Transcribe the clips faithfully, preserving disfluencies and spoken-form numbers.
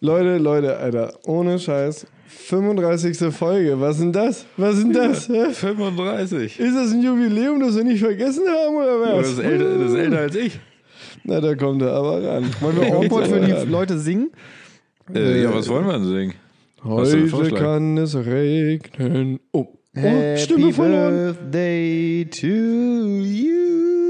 Leute, Leute, Alter, ohne Scheiß. fünfunddreißigste Folge, was ist denn das? Was ist denn das? Ja, fünfunddreißig. Ist das ein Jubiläum, das wir nicht vergessen haben, oder was? Das ist älter, das ist älter als ich. Na, da kommt er aber ran. Wollen wir Awkward für die Leute singen? Äh, ja, was wollen wir denn singen? Heute kann es regnen. Oh, oh Happy Stimme verloren. Birthday to you.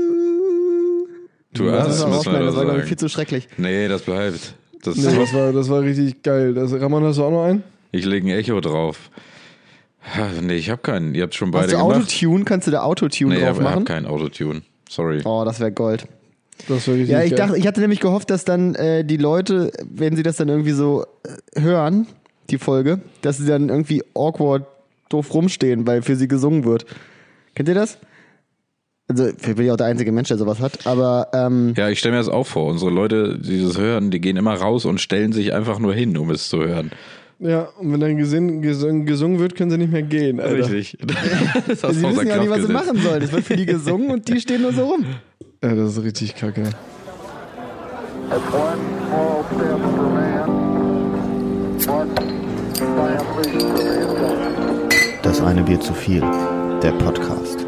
Du, das das müssen wir müssen wir rausschneiden, das war, glaube ich, sagen. viel zu schrecklich. Nee, das bleibt. Das Nee, das, war, das war richtig geil. Das, Ramon, hast du auch noch einen? Ich lege ein Echo drauf. Ha, Nee, ich habe keinen. Ihr habt schon beide Hast du gemacht. Autotune? Kannst du da Autotune Nee, drauf ich habe machen? keinen Autotune. Sorry. Oh, das wäre Gold. Das war richtig Ja, ich geil. dachte, ich hatte nämlich gehofft, dass dann äh, die Leute, wenn sie das dann irgendwie so äh, hören, die Folge, dass sie dann irgendwie awkward doof rumstehen, weil für sie gesungen wird. Kennt ihr das? Also, ich bin ja auch der einzige Mensch, der sowas hat, aber ähm, Ja, ich stelle mir das auch vor. Unsere Leute, die das hören, die gehen immer raus und stellen sich einfach nur hin, um es zu hören. Ja, und wenn dann gesungen, gesungen, gesungen wird, können sie nicht mehr gehen, Alter. Richtig. Das hast sie du außer wissen gar nicht, was Kraft sie gesetzt. machen sollen. Es wird für die gesungen und die stehen nur so rum. Ja, das ist richtig kacke. That's one small step for man, one giant leap for mankind. Das eine Bier zu viel. Der Podcast.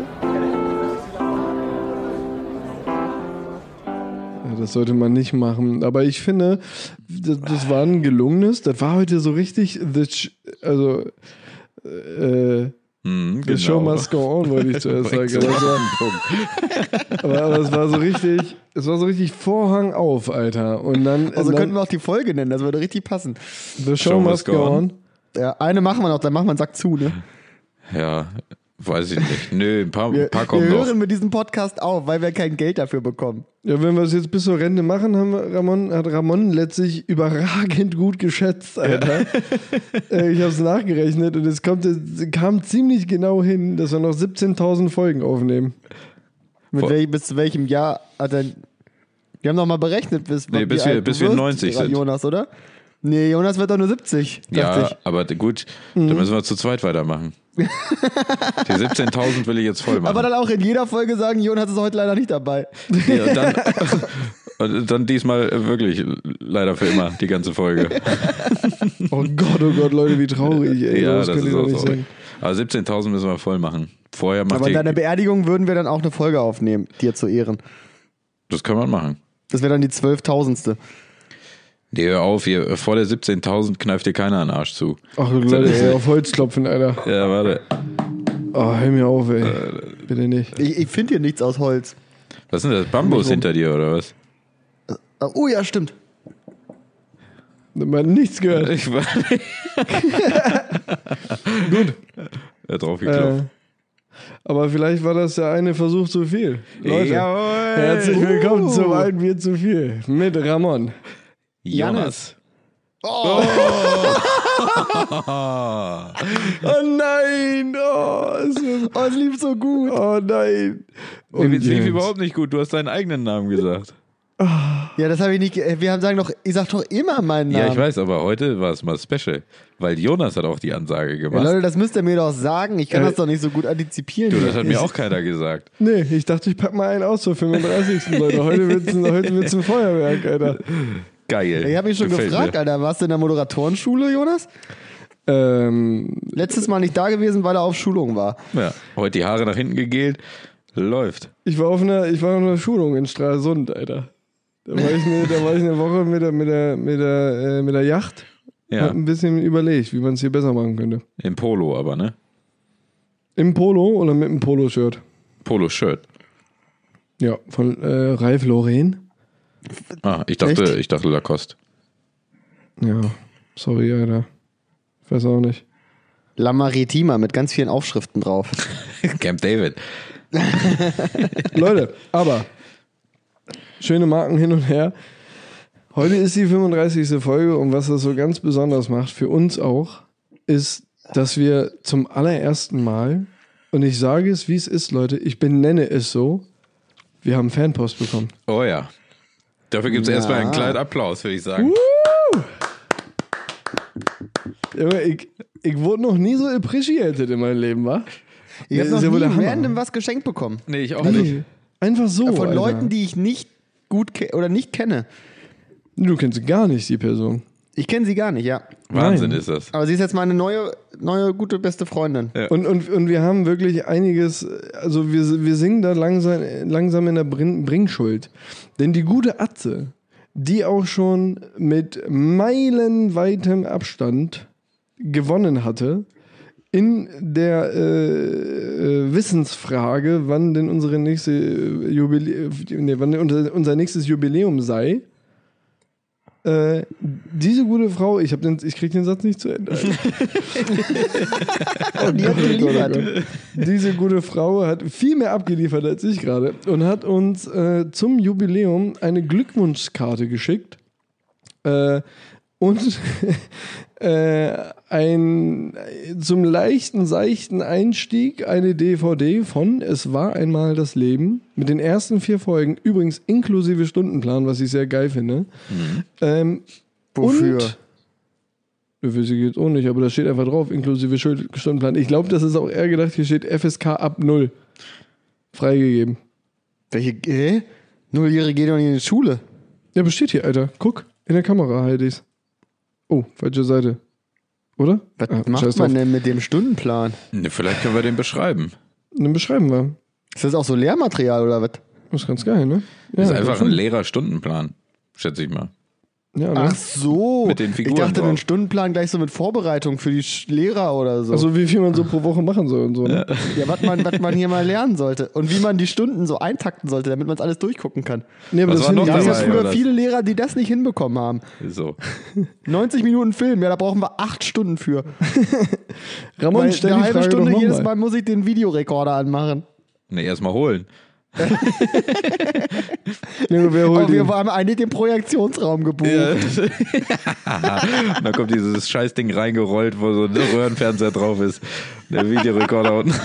Ja, das sollte man nicht machen. Aber ich finde, das, das war ein gelungenes, das war heute so richtig, the sh- also, äh, Hm, the show must go on, wollte ich zuerst sagen. Aber, es war, aber, aber es war so richtig, es war so richtig Vorhang auf, Alter. Und dann, Also und könnten dann wir auch die Folge nennen, das würde richtig passen. the show, must go on. Ja, eine machen wir noch, dann machen wir einen Sack zu, ne? Ja, weiß ich nicht. Nö, ein paar, Wir, ein paar wir kommen noch. hören mit diesem Podcast auf, weil wir kein Geld dafür bekommen. Ja, wenn wir es jetzt bis zur Rente machen, haben wir Ramon, hat Ramon letztlich überragend gut geschätzt, Alter. äh, ich habe es nachgerechnet und es, kommt, es kam ziemlich genau hin, dass wir noch siebzehntausend Folgen aufnehmen. Mit Vor- wel, bis zu welchem Jahr hat er. Wir haben doch mal berechnet, bis, Nee, wie bis wir- alt bis du wir wirst, neunzig sind. Jonas, oder? Nee, Jonas wird doch nur siebzig, dachte Ja, ich. aber gut, dann müssen wir zu zweit weitermachen. Die siebzehntausend will ich jetzt voll machen. Aber dann auch in jeder Folge sagen, Jonas ist heute leider nicht dabei. Nee, und dann, und dann diesmal wirklich leider für immer die ganze Folge. Oh Gott, oh Gott, Leute, wie traurig, ey. Ja, das das könnt ist ihr doch auch nicht so. sagen. Aber siebzehntausend müssen wir voll machen. Vorher macht Aber an die, deiner Beerdigung würden wir dann auch eine Folge aufnehmen, dir zu Ehren. das kann man machen. Das wäre dann die zwölftausendste. Nee, hör auf, hier, vor der siebzehntausend kneift dir keiner einen Arsch zu. Ach Leute, ey, auf Holz klopfen, Alter. Ja, warte. Oh, hör mir auf, ey. Bitte nicht. Ich, ich finde hier nichts aus Holz. Was ist denn das? Bambus hinter dir, oder was? Oh ja, stimmt. Man hat nichts gehört. Ich war Gut. Er hat drauf geklopft. Äh, aber vielleicht war das der eine Versuch zu viel. Leute, Jawohl. herzlich willkommen Uh. zum Ein Bier zu viel mit Ramon. Jonas. Oh nein! Oh, es, ist, Oh, es lief so gut. oh nein! Und es lief jetzt- überhaupt nicht gut. Du hast deinen eigenen Namen gesagt. Ja, das habe ich nicht. ge- Wir haben sagen doch, ich sag doch immer meinen Namen. Ja, ich weiß, aber heute war es mal special. Weil Jonas hat auch die Ansage Ja, gemacht. Leute, das müsst ihr mir doch sagen. Ich kann Äh, das doch nicht so gut antizipieren. Du, hier. das hat mir auch keiner gesagt. Nee, ich dachte, ich pack mal einen aus zur fünfunddreißigsten Leute. Heute wird's ein, heute wird's ein Feuerwerk, Alter. Geil. Ich habe mich schon Gefällt gefragt, mir. Alter, warst du in der Moderatorenschule, Jonas? Ähm, Letztes Mal nicht da gewesen, weil er auf Schulung war. Ja, heute die Haare nach hinten gegelt. Läuft. ich war auf einer, ich war auf einer Schulung in Stralsund, Alter. Da war ich eine, da war ich eine Woche mit der, mit der, mit der, äh, mit der Yacht. Ja, Hab ein bisschen überlegt, wie man es hier besser machen könnte. im Polo aber, ne? Im Polo oder mit einem Poloshirt? Polo-Shirt. Ja, von äh, Ralph Lauren. Ah, ich dachte, Echt? ich dachte Lacoste. Ja, sorry, Alter. Ich weiß auch nicht. La Maritima mit ganz vielen Aufschriften drauf. Camp David. Leute, aber schöne Marken hin und her. Heute ist die fünfunddreißigste Folge und was das so ganz besonders macht, für uns auch, ist, dass wir zum allerersten Mal, und ich sage es, wie es ist, Leute, ich benenne es so, wir haben Fanpost bekommen. Oh ja. Dafür gibt es Ja. erstmal einen kleinen Applaus, würde ich sagen. Junge, Ich, ich wurde noch nie so appreciated in meinem Leben, wa? Ich habe Das ist ja noch wohl nie der Hammer. random was geschenkt bekommen. Nee, ich auch Also, nicht. Einfach so. Von Alter. Leuten, die ich nicht gut ke- oder nicht kenne. Du kennst gar nicht die Person. Ich kenne sie gar nicht, ja. Wahnsinn Nein. ist das. Aber sie ist jetzt meine neue, neue gute beste Freundin. Ja. Und, und, und wir haben wirklich einiges, also wir, wir singen da langsam, langsam in der Bring, Bringschuld. Denn die gute Atze, die auch schon mit meilenweitem Abstand gewonnen hatte, in der äh, Wissensfrage, wann denn unsere nächste Jubiläum, nee, wann unser, unser nächstes Jubiläum sei. Äh, diese gute Frau, ich, hab den, ich krieg den Satz nicht zu Ende. Oh, die hat geliefert. Diese gute Frau hat viel mehr abgeliefert als ich gerade und hat uns äh, zum Jubiläum eine Glückwunschkarte geschickt äh, und äh, ein zum leichten, seichten Einstieg eine D V D von Es war einmal das Leben mit den ersten vier Folgen, übrigens inklusive Stundenplan, was ich sehr geil finde. Mhm. Ähm, Wofür? Und, das weiß ich jetzt auch nicht, aber da steht einfach drauf, inklusive Stundenplan. Ich glaube, das ist auch eher gedacht, hier steht F S K ab null. Freigegeben. Welche, hä? Nulljährige gehen doch nicht in die Schule. Ja, besteht hier, Alter. Guck, in der Kamera halte ich's. Oh, falsche Seite. Oder? Was Ah, macht scheiß man drauf. denn mit dem Stundenplan? Ne, vielleicht können wir den beschreiben. Dann beschreiben wir. Ist das auch so Lehrmaterial oder was? Das ist ganz geil, ne? Ja, Das ist einfach schon. ein leerer Stundenplan, schätze ich mal. Ja, ne? Ach so. Mit den Figuren ich dachte, drauf. einen Stundenplan gleich so mit Vorbereitung für die Sch- Lehrer oder so. Also wie viel man so pro Woche machen soll und so. Ne? Ja, was man, was man hier mal lernen sollte. Und wie man die Stunden so eintakten sollte, damit man es alles durchgucken kann. Nee, aber Was das war finde noch ich Da gab dabei, es ja früher oder? viele Lehrer, die das nicht hinbekommen haben. So. neunzig Minuten Film, ja, da brauchen wir acht Stunden für. Ramon, Weil stell eine die halbe Frage Stunde doch jedes nochmal. Mal muss ich den Videorekorder anmachen. Ne, erstmal holen. Nee, wer holt Oh, wir ihn? haben eigentlich den Projektionsraum gebucht. Und dann kommt dieses Scheißding reingerollt, wo so ein Röhrenfernseher drauf ist. Der Videorekorder unten.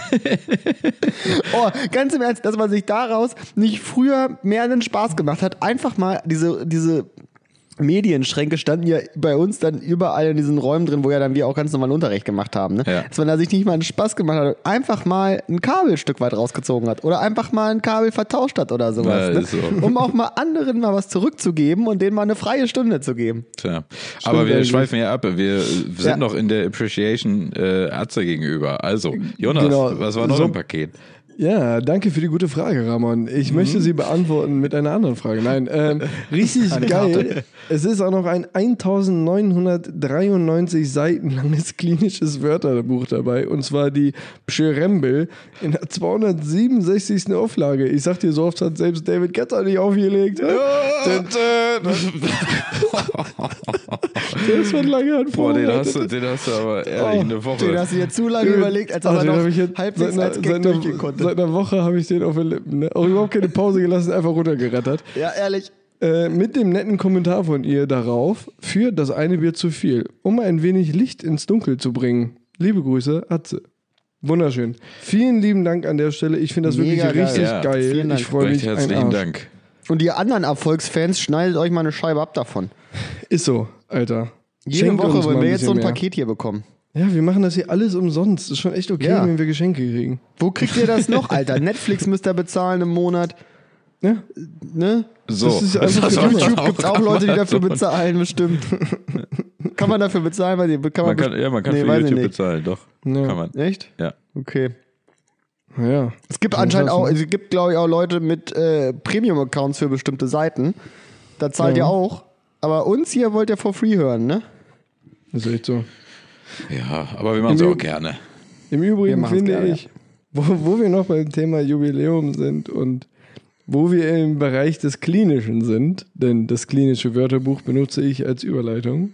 Oh, ganz im Ernst, dass man sich daraus nicht früher mehr einen Spaß gemacht hat. Einfach mal diese, diese Medienschränke standen ja bei uns dann überall in diesen Räumen drin, wo ja dann wir auch ganz normalen Unterricht gemacht haben. Ne? Ja. Dass man da sich nicht mal einen Spaß gemacht hat, einfach mal ein Kabel ein Stück weit rausgezogen hat oder einfach mal ein Kabel vertauscht hat oder sowas. Ja, ne? ist so. Um auch mal anderen mal was zurückzugeben und denen mal eine freie Stunde zu geben. Tja. Aber wir eigentlich. schweifen ja ab. Wir sind Ja. noch in der Appreciation äh, Atze gegenüber. Also, Jonas, Genau. was war noch So- im Paket? Ja, danke für die gute Frage, Ramon. Ich Mhm. möchte sie beantworten mit einer anderen Frage. Nein, ähm, richtig geil. Es ist auch noch ein neunzehnhundertdreiundneunzig Seiten langes klinisches Wörterbuch dabei. Und zwar die Pschyrembel in der zweihundertsiebenundsechzigsten Auflage. Ich sag dir, so oft hat selbst David Guetta nicht aufgelegt. Der ist schon lange an Boah, den vorbereitet. hast, du, den hast du aber ehrlich Oh, eine Woche. Den hast du dir zu lange Dude, überlegt, als ach, er den noch hab ich jetzt halbwegs seit, als einer, Gag seit, einer, durchgehen konnte. seit einer Woche habe ich den auf den Lippen. Ne? Auch überhaupt keine Pause gelassen, einfach runtergerattert. Ja, ehrlich. Äh, mit dem netten Kommentar von ihr darauf, für das eine Bier zu viel, um ein wenig Licht ins Dunkel zu bringen. Liebe Grüße, Atze. Wunderschön. Vielen lieben Dank an der Stelle. Ich finde das Mega wirklich geil. richtig Ja, geil. vielen Dank. Ich freue Recht mich ein herzlichen Arsch. Dank. Und die anderen Erfolgsfans, schneidet euch mal eine Scheibe ab davon. Ist so, Alter. Jede Schenkt Woche uns wollen mal wir ein jetzt so ein bisschen mehr. Paket hier bekommen. Ja, wir machen das hier alles umsonst. Ist schon echt okay, Ja. wenn wir Geschenke kriegen. Wo kriegt ihr das noch, Alter? Netflix müsst ihr bezahlen im Monat. Ja? Ne? So, Das ist einfach das für war YouTube YouTube gibt es auch Leute, die dafür davon. bezahlen, bestimmt. Kann man dafür bezahlen? Weiß ich, kann Man man, kann, ja, man kann nee, für weiß ich YouTube nicht. bezahlen, doch. Ja. Kann man. Echt? Ja. Okay. Ja. Es gibt anscheinend auch, es gibt, glaube ich, auch Leute mit äh, Premium-Accounts für bestimmte Seiten. Da zahlt Ja. ihr auch. Aber uns hier wollt ihr for free hören, ne? Das ist echt so. Ja, aber wir machen es Im auch Üb- gerne. Im Wir Übrigen machen's finde gerne, ich, wo, wo wir noch beim Thema Jubiläum sind und wo wir im Bereich des Klinischen sind, denn das klinische Wörterbuch benutze ich als Überleitung.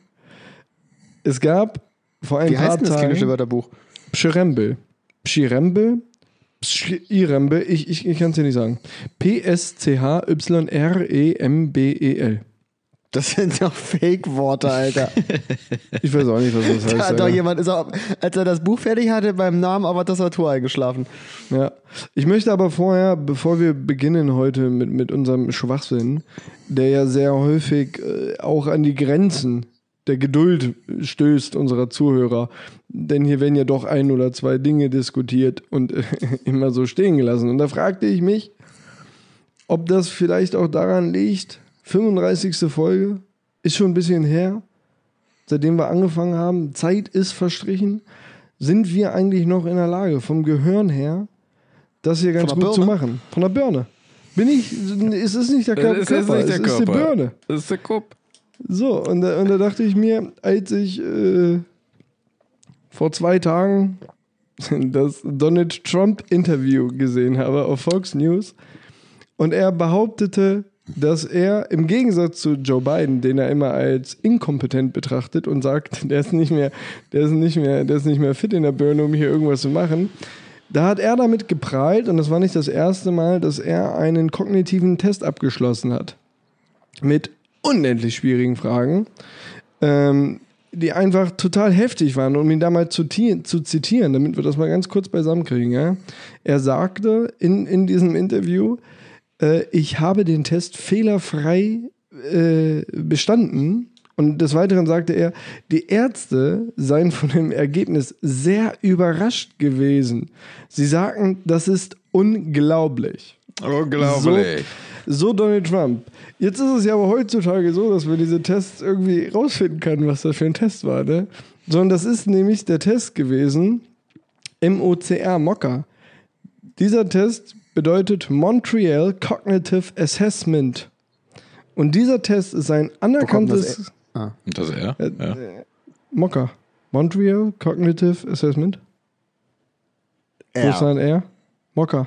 Es gab vor ein Wie paar heißt denn das klinische Tagen Wörterbuch? Pschyrembel. Pschyrembel? Pschyrembel, ich, ich, ich kann es dir nicht sagen. P S C H Y R E M B E L. Das sind doch Fake-Worte, Alter. Ich weiß auch nicht, was das heißt. Da hat doch Alter. jemand, ist auch, als er das Buch fertig hatte, beim Namen auf der Tastatur eingeschlafen. Ja, ich möchte aber vorher, bevor wir beginnen heute mit, mit unserem Schwachsinn, der ja sehr häufig äh, auch an die Grenzen der Geduld stößt unserer Zuhörer, denn hier werden ja doch ein oder zwei Dinge diskutiert und äh, immer so stehen gelassen. Und da fragte ich mich, ob das vielleicht auch daran liegt, fünfunddreißigste Folge, ist schon ein bisschen her, seitdem wir angefangen haben, Zeit ist verstrichen, sind wir eigentlich noch in der Lage, vom Gehirn her, das hier ganz Von der gut zu Birne? machen. Von der Birne. Bin ich, es ist nicht der Körper, Das ist nicht es der ist die Körper. Birne. Das ist der Kopf. So, und da, und da dachte ich mir, als ich äh, vor zwei Tagen das Donald Trump-Interview gesehen habe auf Fox News und er behauptete, dass er im Gegensatz zu Joe Biden, den er immer als inkompetent betrachtet und sagt, der ist nicht mehr, der ist nicht mehr, der ist nicht mehr fit in der Birne, um hier irgendwas zu machen, da hat er damit geprahlt, und das war nicht das erste Mal, dass er einen kognitiven Test abgeschlossen hat. Mit unendlich schwierigen Fragen, ähm, die einfach total heftig waren, um ihn da mal zu, zu zitieren, damit wir das mal ganz kurz beisammenkriegen. Ja? Er sagte in, in diesem Interview, äh, ich habe den Test fehlerfrei äh, bestanden. Und des Weiteren sagte er, die Ärzte seien von dem Ergebnis sehr überrascht gewesen. Sie sagten, das ist unglaublich. Unglaublich. So, so Donald Trump. Jetzt ist es ja aber heutzutage so, dass man diese Tests irgendwie rausfinden kann, was das für ein Test war. Ne? Sondern das ist nämlich der Test gewesen, M O C R, Mocker. Dieser Test bedeutet Montreal Cognitive Assessment. Und dieser Test ist ein anerkanntes... Ah. Und das er? Äh, Ja. äh, Mocker. Montreal Cognitive Assessment. Wo ist ein R? Mocker.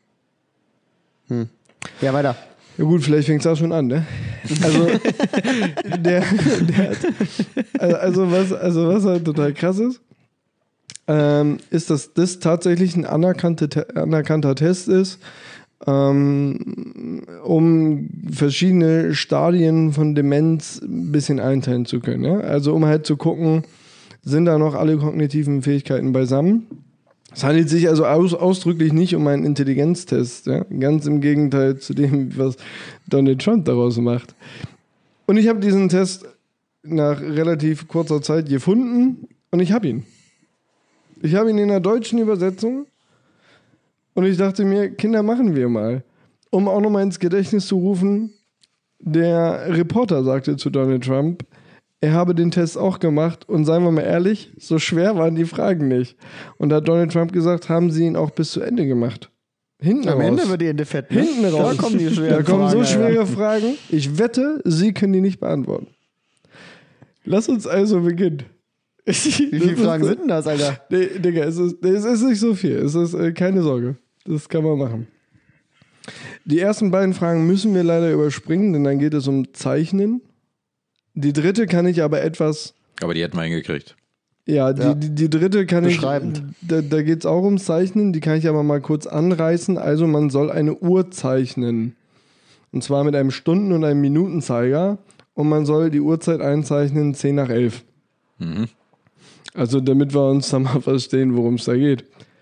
Ja, weiter. Ja gut, vielleicht fängt es da schon an, ne? Also, der, der hat, also, was, also was halt total krass ist, ähm, ist, dass das tatsächlich ein anerkannte, anerkannter Test ist, ähm, um verschiedene Stadien von Demenz ein bisschen einteilen zu können. Ja? Also um halt zu gucken, sind da noch alle kognitiven Fähigkeiten beisammen. Es handelt sich also aus, ausdrücklich nicht um einen Intelligenztest, ja? Ganz im Gegenteil zu dem, was Donald Trump daraus macht. Und ich habe diesen Test nach relativ kurzer Zeit gefunden und ich habe ihn. Ich habe ihn in der deutschen Übersetzung und ich dachte mir, Kinder, machen wir mal. Um auch nochmal ins Gedächtnis zu rufen, der Reporter sagte zu Donald Trump, er habe den Test auch gemacht und seien wir mal ehrlich, so schwer waren die Fragen nicht. Und da hat Donald Trump gesagt, haben sie ihn auch bis zu Ende gemacht. Hinten Am raus. Ende wird die Ende fett. Ne? Hinten raus. Da kommen die schweren Da kommen so Fragen, schwere Alter. Fragen. Ich wette, Sie können die nicht beantworten. Lass uns also beginnen. Wie viele Fragen sind denn das, Alter? Nee, Digga, es ist, nee, es ist nicht so viel. Es ist äh, keine Sorge. Das kann man machen. Die ersten beiden Fragen müssen wir leider überspringen, denn dann geht es um Zeichnen. Die dritte kann ich aber etwas. Aber die hätten wir hingekriegt. Ja, die, Ja. die, die dritte kann Beschreibend. ich. Da, da geht es auch ums Zeichnen. Die kann ich aber mal kurz anreißen. Also, man soll eine Uhr zeichnen. Und zwar mit einem Stunden- und einem Minutenzeiger. Und man soll die Uhrzeit einzeichnen, zehn nach elf. Mhm. Also, damit wir uns da mal verstehen, worum es da geht.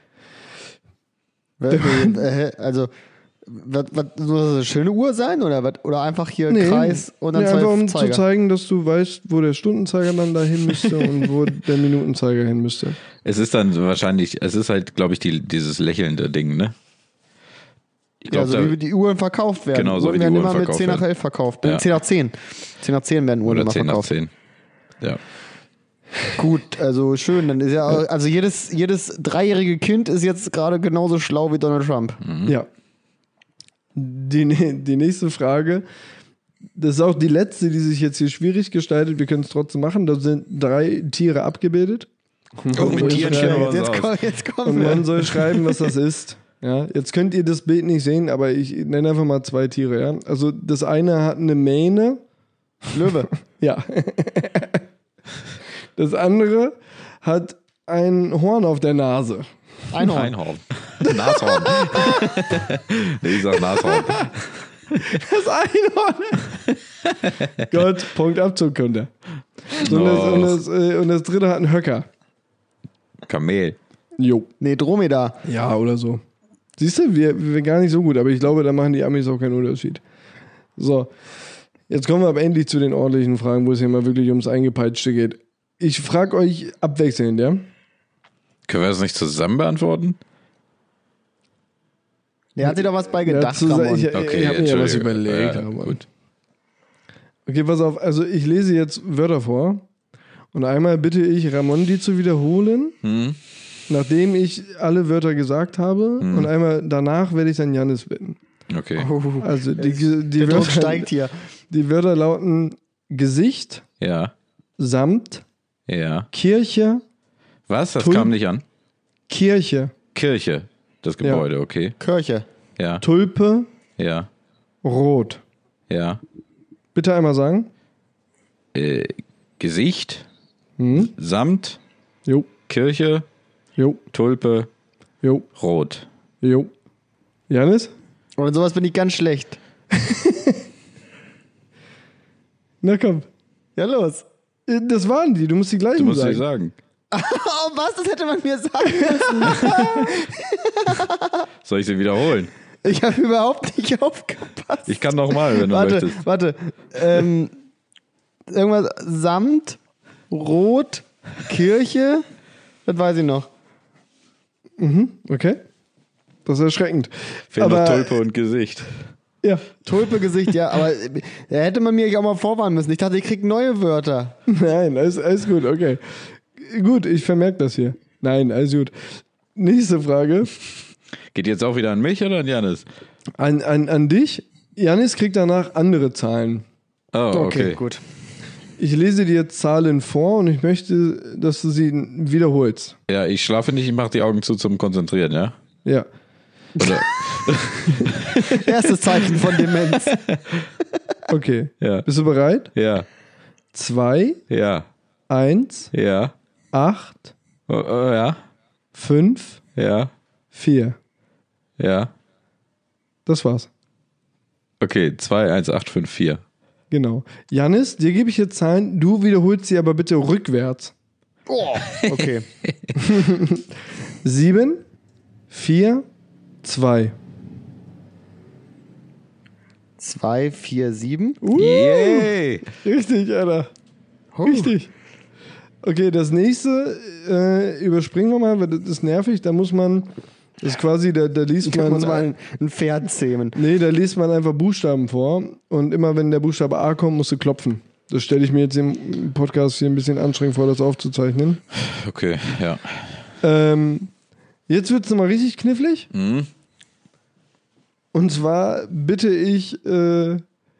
Wer- äh, Also, was, was, soll das eine schöne Uhr sein oder was? Oder einfach hier Kreis und dann nee, zwei einfach um Zeiger? zu zeigen, dass du weißt, wo der Stundenzeiger dann dahin müsste und wo der Minutenzeiger hin müsste. Es ist dann wahrscheinlich, es ist halt, glaube ich, die, dieses lächelnde Ding, ne? Ich Ja, glaub, so da- wie die Uhren verkauft werden. Genau, so Uhren wie die werden Uhren immer mit verkauft zehn nach werden. elf verkauft. Ja. Ja. zehn nach zehn. zehn nach zehn werden Uhren oder immer zehn nach verkauft. zehn. Ja. Gut, also schön. Dann ist ja, also jedes, jedes dreijährige Kind ist jetzt gerade genauso schlau wie Donald Trump. Ja. Die, die nächste Frage, das ist auch die letzte, die sich jetzt hier schwierig gestaltet. Wir können es trotzdem machen. Da sind drei Tiere abgebildet. Oh, mit Tieren kennen wir uns Jetzt, aus. komm, jetzt Und kommen wir. man soll schreiben, was das ist. Ja, jetzt könnt ihr das Bild nicht sehen, aber ich nenne einfach mal zwei Tiere. Ja? Also das eine hat eine Mähne. Löwe. Ja. Das andere hat ein Horn auf der Nase. Einhorn. Einhorn. Nashorn. Nee, ich sag Nashorn. Das Einhorn. Gott, Punkt Abzug könnte. So, und, das, und, das, äh, und das dritte hat einen Höcker. Kamel. Jo. Nee, Dromedar. Ja, oder so. Siehst du, wir, wir gar nicht so gut, aber ich glaube, da machen die Amis auch keinen Unterschied. So. Jetzt kommen wir aber endlich zu den ordentlichen Fragen, wo es hier mal wirklich ums Eingepeitschte geht. Ich frage euch abwechselnd, ja? Können wir das nicht zusammen beantworten? Der hat sich da was bei gedacht, Dazu- Ramon. ich Okay, ich habe mir ja was Entschuldigung. überlegt. Ja, aber- gut. Okay, pass auf. Also ich lese jetzt Wörter vor Und einmal bitte ich Ramon, die zu wiederholen, Hm? nachdem ich alle Wörter gesagt habe. Hm. Und einmal danach werde ich dann Janis bitten. Okay. Also die, die, Der Druck Wörter, steigt hier. die Wörter lauten Gesicht, Ja. Samt, Ja. Kirche, Was? Das Tul- kam nicht an. Kirche, Kirche. Das Gebäude, okay. Kirche. Ja. Tulpe, Ja. Rot. Ja. Bitte einmal sagen. Äh, Gesicht, Hm? Samt, Jo, Kirche, jo, Tulpe, jo, Rot. jo. Janis? Und sowas bin ich ganz schlecht. Na komm. Ja, los. Äh, Das waren die, du musst die gleichen Du musst sagen. dir sagen. Oh, was? Das hätte man mir sagen müssen. Soll ich sie wiederholen? Ich habe überhaupt nicht aufgepasst. Ich kann nochmal, wenn du warte, möchtest. warte. Ähm, irgendwas Samt, Rot, Kirche. Das weiß ich noch. Okay. Das ist erschreckend. Fehlt Aber, noch Tulpe und Gesicht. Ja. Tulpegesicht, ja, aber äh, da hätte man mir auch mal vorwarnen müssen. Ich dachte, ich krieg neue Wörter. Nein, alles, alles gut, okay. Gut, ich vermerke das hier. Nein, alles gut. Nächste Frage. Geht jetzt auch wieder an mich oder an Janis? An, an, an dich. Janis kriegt danach andere Zahlen. Oh, okay. gut. Ich lese dir jetzt Zahlen vor und ich möchte, dass du sie wiederholst. Ja, ich schlafe nicht, ich mache die Augen zu zum Konzentrieren, ja? Ja. Oder? Erstes Zeichen von Demenz. Okay. Ja. Bist du bereit? Ja, Zwei, ja, eins, ja, acht, oh, oh, ja, fünf, ja, vier. ja. Das war's. Okay, zwei, eins, acht, fünf, vier. Genau. Janis, dir gebe ich jetzt Zahlen, du wiederholst sie aber bitte rückwärts. Oh, okay. Sieben, vier, zwei. Zwei, vier, sieben. Yay! Richtig, Alter. Richtig. Okay, das nächste äh, überspringen wir mal, weil das ist nervig. Da muss man, das ist quasi, da, da liest Da man. muss man ein Pferd zähmen. Nee, da liest man einfach Buchstaben vor und immer wenn der Buchstabe A kommt, musst du klopfen. Das stelle ich mir jetzt im Podcast hier ein bisschen anstrengend vor, das aufzuzeichnen. Okay, ja. Ähm, jetzt wird es nochmal richtig knifflig. Mhm. Und zwar bitte ich, äh,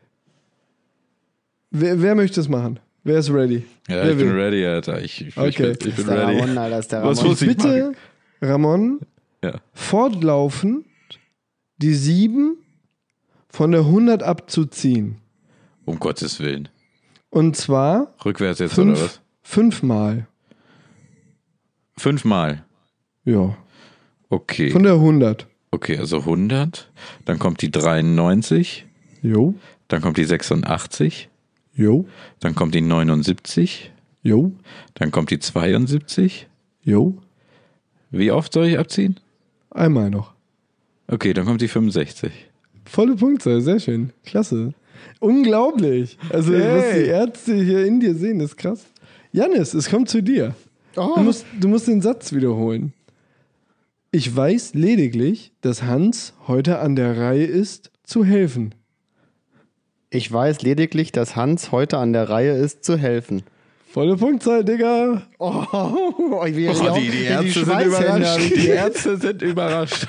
wer, wer möchte es machen? Wer ist ready? Ja, wer ich bin ready, Alter. Ich, ich, ich Okay. bin, ich bin Der ready. Ramon, Alter, ist der Was Ramon. muss ich Bitte, machen? Ramon, Ja. fortlaufend die sieben von der hundert abzuziehen. Um Gottes Willen. Und zwar Rückwärts jetzt oder fünf, was? fünfmal. Fünfmal. Ja, Okay. von der hundert. Okay, also hundert. Dann kommt die dreiundneunzig. Jo, Dann kommt die sechsundachtzig. jo, Dann kommt die neunundsiebzig. jo, Dann kommt die zweiundsiebzig. jo. Wie oft soll ich abziehen? Einmal noch. Okay, dann kommt die fünfundsechzig. Volle Punktzahl, sehr schön. Klasse. Unglaublich. Also, Hey. was die Ärzte hier in dir sehen, ist krass. Janis, es kommt zu dir. Oh. Du, musst, du musst den Satz wiederholen. Ich weiß lediglich, dass Hans heute an der Reihe ist, zu helfen. Ich weiß lediglich, dass Hans heute an der Reihe ist, zu helfen. Volle Punktzahl, Digga. Oh, ich will Oh, die, die, Ärzte sind überrascht. Die Ärzte sind überrascht.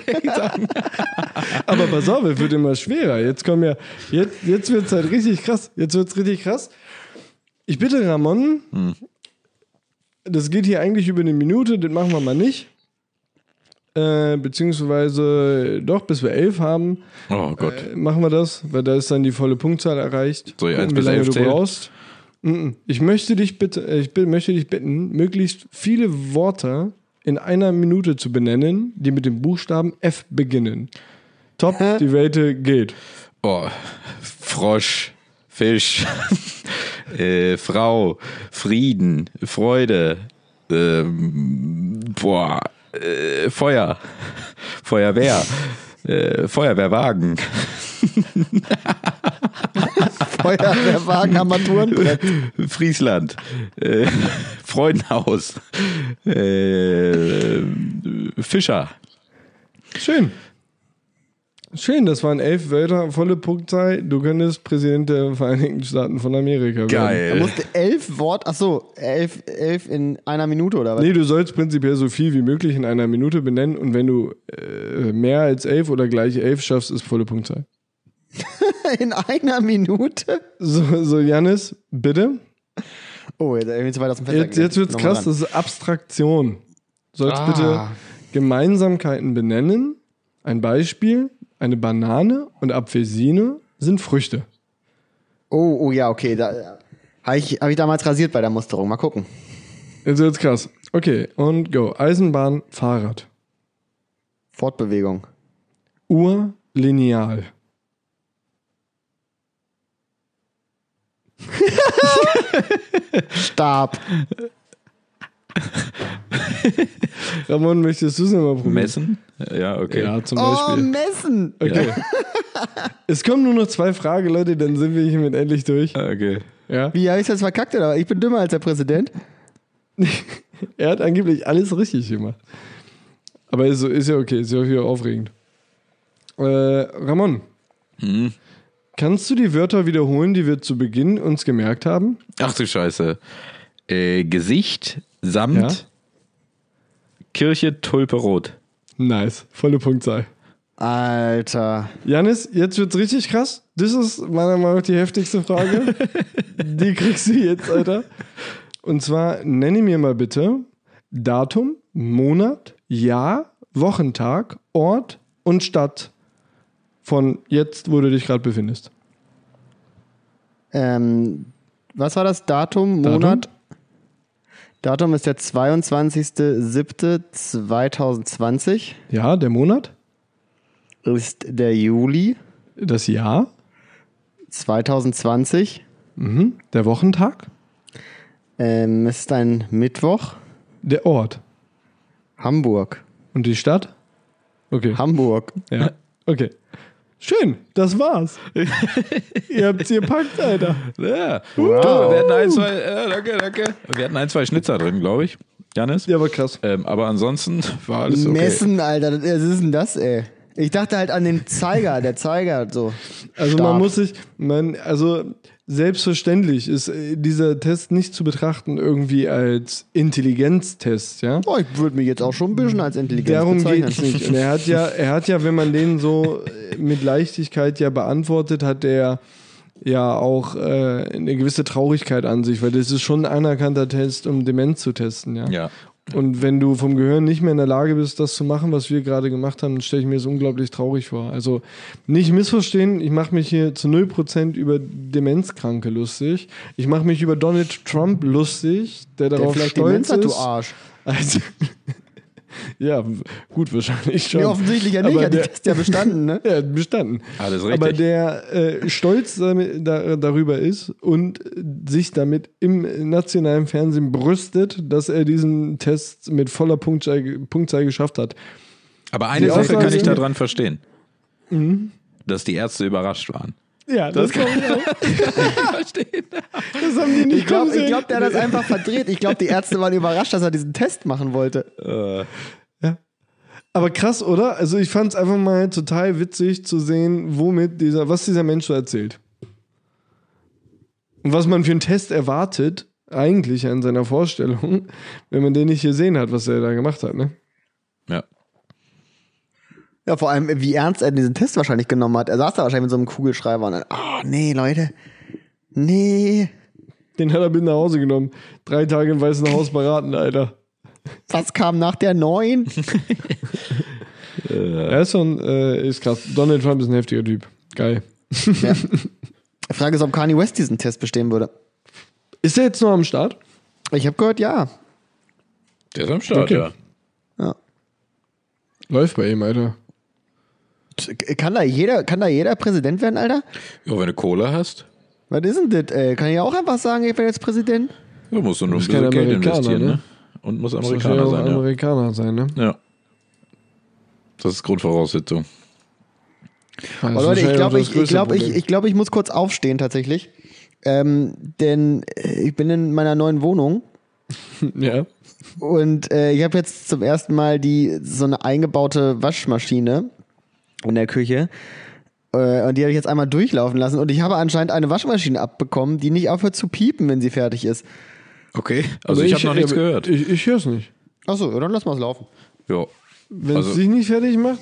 Aber pass auf, es wird immer schwerer. Jetzt kommen ja, jetzt, jetzt wird es halt richtig krass. Jetzt wird es richtig krass. Ich bitte Ramon, Hm. das geht hier eigentlich über eine Minute, das machen wir mal nicht. Äh, beziehungsweise doch, bis wir elf haben, Oh Gott. äh, machen wir das, weil da ist dann die volle Punktzahl erreicht. Soll ich eins Gucken, wie bis lange elf du zählen? brauchst. Mhm. Ich möchte dich bitte, äh, ich bi- möchte dich bitten, möglichst viele Worte in einer Minute zu benennen, die mit dem Buchstaben F beginnen. Top, die Werte geht. Oh, Frosch, Fisch, äh, Frau, Frieden, Freude, ähm, boah, äh, Feuer, Feuerwehr, äh, Feuerwehrwagen, Feuerwehrwagen, Armaturenbrett. Friesland, äh, Freudenhaus, äh, Fischer. Schön. Schön, das waren elf Wörter, volle Punktzahl. Du könntest Präsident der Vereinigten Staaten von Amerika werden. Er Geil. musste elf Wort, ach so, elf, elf in einer Minute oder was? Nee, du sollst prinzipiell so viel wie möglich in einer Minute benennen und wenn du äh, mehr als elf oder gleich elf schaffst, ist volle Punktzahl. In einer Minute? So, so Jannis, bitte. Oh, jetzt irgendwie zu weit aus dem Fenster Jetzt, jetzt wird's Nochmal krass, ran. das ist Abstraktion. Du sollst Ah. bitte Gemeinsamkeiten benennen. Ein Beispiel, eine Banane und Apfelsine sind Früchte. Oh, oh ja, okay. Da habe ich, hab ich damals rasiert bei der Musterung. Mal gucken. Jetzt wird's krass. Okay, und go. Eisenbahn, Fahrrad. Fortbewegung. Uhr, Lineal. Stab. Ramon, möchtest du es nochmal probieren? Messen? Ja, okay. Ja, zum Oh, Beispiel. messen. Okay. Es kommen nur noch zwei Fragen, Leute, dann sind wir hiermit endlich durch. Okay. Ja? Wie habe ich das verkackt? Oder? Ich bin dümmer als der Präsident. Er hat angeblich alles richtig gemacht. Aber ist, ist ja okay, ist ja auch wieder aufregend. Äh, Ramon, Hm. kannst du die Wörter wiederholen, die wir zu Beginn uns gemerkt haben? Ach du Scheiße. Äh, Gesicht, Samt, Ja? Kirche, Tulpe, Rot. Nice, volle Punktzahl. Alter. Janis, jetzt wird's richtig krass. Das ist meiner Meinung nach die heftigste Frage. Die kriegst du jetzt, Alter. Und zwar nenne mir mal bitte Datum, Monat, Jahr, Wochentag, Ort und Stadt von jetzt, wo du dich gerade befindest. Ähm, was war das? Datum, Datum? Monat? Datum ist der zweiundzwanzigster siebter zweitausendzwanzig. Ja, der Monat, Ist der Juli das Jahr, zweitausendzwanzig. mhm. der Wochentag, Ähm, ist ein Mittwoch. der Ort Hamburg. und die Stadt. Okay, Hamburg. ja, okay. Schön, das war's. Ihr habt's gepackt, Alter. Ja. Du, wir hatten ein, zwei, äh, danke, danke. Wir hatten ein, zwei Schnitzer drin, glaube ich. Janis? Ja, aber krass. Ähm, aber ansonsten war alles okay. Messen, Alter. Was ist denn das, ey? Ich dachte halt an den Zeiger, der Zeiger so. Also stark. man muss sich, man, also selbstverständlich ist äh, dieser Test nicht zu betrachten irgendwie als Intelligenztest, ja. Oh, ich würde mich jetzt auch schon ein bisschen als Intelligenz Darum bezeichnen. geht's nicht. Und er hat ja, er hat ja, wenn man den so äh, mit Leichtigkeit ja beantwortet, hat er ja auch äh, eine gewisse Traurigkeit an sich, weil das ist schon ein anerkannter Test, um Demenz zu testen, ja. Ja. Und wenn du vom Gehirn nicht mehr in der Lage bist, das zu machen, was wir gerade gemacht haben, dann stelle ich mir das unglaublich traurig vor. Also nicht missverstehen, ich mache mich hier zu null Prozent über Demenzkranke lustig. Ich mache mich über Donald Trump lustig, der Der darauf vielleicht stolz Demenz hat, du ist. Arsch. Also, ja, gut, wahrscheinlich schon. Nee, offensichtlich ja nicht. Aber Hat die der- Test ja bestanden, ne? Ja, bestanden. Alles richtig. Aber der äh, stolz damit, da, darüber ist und sich damit im nationalen Fernsehen brüstet, dass er diesen Test mit voller Punktzahl, Punktzahl geschafft hat. Aber eine Die Sache Aussage kann ich ist- daran verstehen. Dass die Ärzte überrascht waren. Ja, das, kann ich auch. Verstehen. Das haben die nicht Ich glaube, kommen sehen. glaub, der hat das einfach verdreht. Ich glaube, die Ärzte waren überrascht, dass er diesen Test machen wollte. Ja. Aber krass, oder? Also ich fand es einfach mal total witzig zu sehen, womit dieser, was dieser Mensch so erzählt. Und was man für einen Test erwartet, eigentlich an seiner Vorstellung, wenn man den nicht gesehen hat, was er da gemacht hat, ne? Ja. Ja, vor allem, wie ernst er diesen Test wahrscheinlich genommen hat. Er saß da wahrscheinlich mit so einem Kugelschreiber und dann, ah, nee, Leute. Nee. Den hat er mit nach Hause genommen. Drei Tage im Weißen Haus beraten, Alter. Was kam nach der neun? Er ist schon, äh, ist krass. Donald Trump ist ein heftiger Typ. Geil. Ja. Die Frage ist, ob Kanye West diesen Test bestehen würde. Ist er jetzt noch am Start? Ich habe gehört, ja. Der ist am Start, Okay. ja. ja. Läuft bei ihm, Alter. Kann da jeder, kann da jeder Präsident werden, Alter? Ja, wenn du Kohle hast, Was ist denn das, ey? Kann ich auch einfach sagen, ich werde jetzt Präsident? ja, musst du nur ein Bist kein bisschen Geld Amerikaner, investieren, ne? ne? Und muss Muss Amerikaner wahrscheinlich auch sein, ja. Amerikaner sein, ne? Ja. Das ist Grundvoraussetzung. Das ist Aber Leute, ich wahrscheinlich auch glaube, das ich, ich, größte glaub, ich, Problem. ich, glaub, ich muss kurz aufstehen tatsächlich. Ähm, denn äh, ich bin in meiner neuen Wohnung Ja. und äh, ich habe jetzt zum ersten Mal die so eine eingebaute Waschmaschine. in der Küche. Äh, und die habe ich jetzt einmal durchlaufen lassen. Und ich habe anscheinend eine Waschmaschine abbekommen, die nicht aufhört zu piepen, wenn sie fertig ist. Okay, also Aber ich habe noch nichts aber gehört. Ich, ich höre es nicht. Achso, ja, dann lass mal es laufen. Ja. Wenn Also- es dich nicht fertig macht?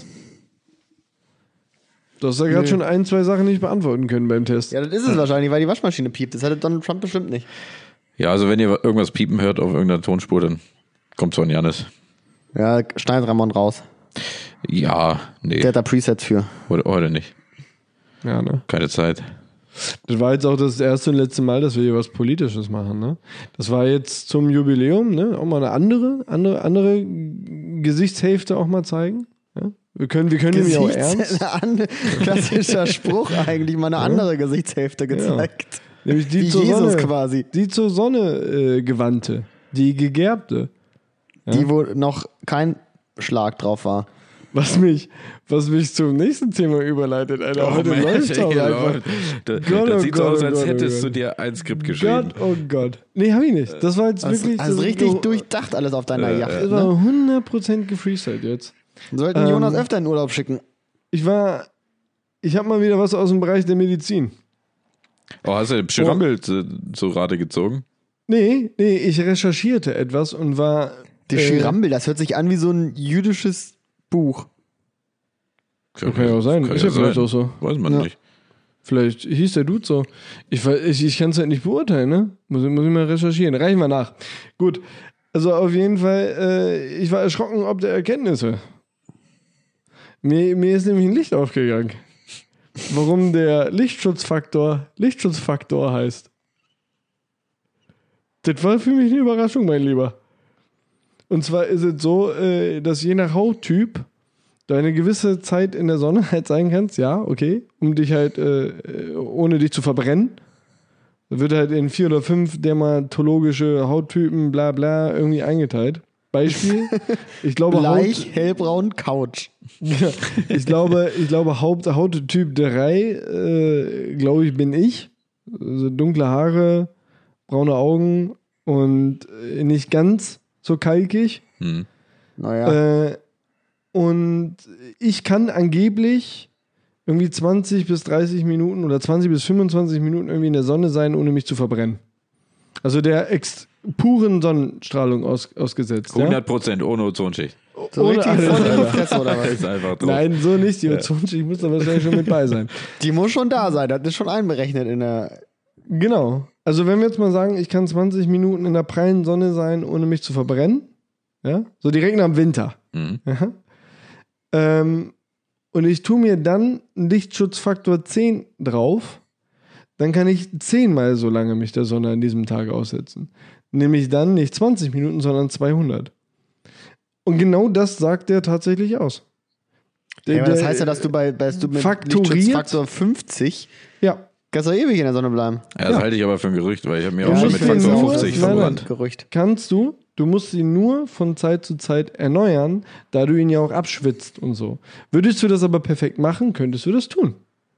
Du hast ja gerade Nee. schon ein, zwei Sachen nicht beantworten können beim Test. Ja, das ist es wahrscheinlich, weil die Waschmaschine piept. Das hatte Donald Trump bestimmt nicht. Ja, also wenn ihr irgendwas piepen hört auf irgendeiner Tonspur, dann kommt von Janis. Ja, schneid Ramon raus. Ja, nee, Der hat da Presets für. heute, heute nicht. Ja, ne? Keine Zeit. Das war jetzt auch das erste und letzte Mal, dass wir hier was Politisches machen, ne? Das war jetzt zum Jubiläum, ne? Auch mal eine andere, andere, andere Gesichtshälfte auch mal zeigen. Ja? Wir können, wir können nämlich auch ernst. Ein klassischer Spruch eigentlich, mal eine andere Gesichtshälfte gezeigt. Nämlich die Wie zur Jesus Sonne, quasi. Die zur Sonne äh, gewandte, die gegerbte. Die, wo noch kein Schlag drauf war. Was mich, was mich zum nächsten Thema überleitet, Alter. Heute läuft auch hier einfach. läuft. Da, Gott, das oh sieht so Gott, aus, oh als Gott, oh hättest Gott. du dir ein Skript geschrieben. Gott, oh Gott. Nee, hab ich nicht. Das war jetzt Das wirklich. also das richtig so- durchdacht alles auf deiner Yacht. Das Ne? war hundert Prozent gefreestylt jetzt. Wir sollten Ähm, Jonas öfter in Urlaub schicken. Ich war. Ich habe mal wieder was aus dem Bereich der Medizin. Oh, hast du Pschyrambel zu, zu Rate gezogen? Nee, nee, ich recherchierte etwas und war. Die äh, Schirambel, das hört sich an wie so ein jüdisches Buch. Kann ja auch sein. Ist ja vielleicht auch so. Weiß man Ja. nicht. Vielleicht hieß der Dude so. Ich, weiß- ich, ich kann es halt nicht beurteilen, ne? Muss, ich- muss ich mal recherchieren. Reichen wir nach. Gut. Also auf jeden Fall, äh, ich war erschrocken ob der Erkenntnisse. Mir, mir ist nämlich ein Licht aufgegangen. Warum der Lichtschutzfaktor Lichtschutzfaktor heißt. Das war für mich eine Überraschung, mein Lieber. Und zwar ist es so, äh, dass je nach Hauttyp du eine gewisse Zeit in der Sonne halt sein kannst, ja, okay, um dich halt, äh, ohne dich zu verbrennen. Da wird halt in vier oder fünf dermatologische Hauttypen, bla bla, irgendwie eingeteilt. Beispiel, ich glaube, Bleich, hellbraun, Couch. ja, ich glaube, ich glaube Haupt, Hauttyp drei, äh, glaube ich, bin ich. Also dunkle Haare, braune Augen und äh, nicht ganz so kalkig. Hm. Naja. Äh, und ich kann angeblich irgendwie zwanzig bis dreißig Minuten oder zwanzig bis fünfundzwanzig Minuten irgendwie in der Sonne sein, ohne mich zu verbrennen. Also der ex puren Sonnenstrahlung aus, ausgesetzt. Ja? hundert Prozent ohne Ozonschicht. So ohne richtig alles, voll in die Alter. Fresse oder was? Ist einfach drauf. Nein, so nicht. Die Ozonschicht muss da wahrscheinlich schon mit bei sein. Die muss schon da sein, das ist schon einberechnet in der. Genau. Also wenn wir jetzt mal sagen, ich kann zwanzig Minuten in der prallen Sonne sein, ohne mich zu verbrennen. Ja? So direkt nach dem Winter. Mhm. Ja? Ähm, und ich tue mir dann einen Lichtschutzfaktor zehn drauf, dann kann ich zehnmal so lange mich der Sonne an diesem Tag aussetzen. Nämlich dann nicht zwanzig Minuten, sondern zweihundert. Und genau das sagt der tatsächlich aus. Der, Ja, aber das der- heißt ja, dass du bei, bei du mit faktoriert- Lichtschutzfaktor fünfzig Ja, kannst du ewig in der Sonne bleiben. Ja, das Ja. halte ich aber für ein Gerücht, weil ich habe mir Du auch schon musst mit den Faktor nur- fünfzig nein, nein. verbrannt. Gerücht. kannst du. Du musst sie nur von Zeit zu Zeit erneuern, da du ihn ja auch abschwitzt und so. Würdest du das aber perfekt machen, könntest du das tun.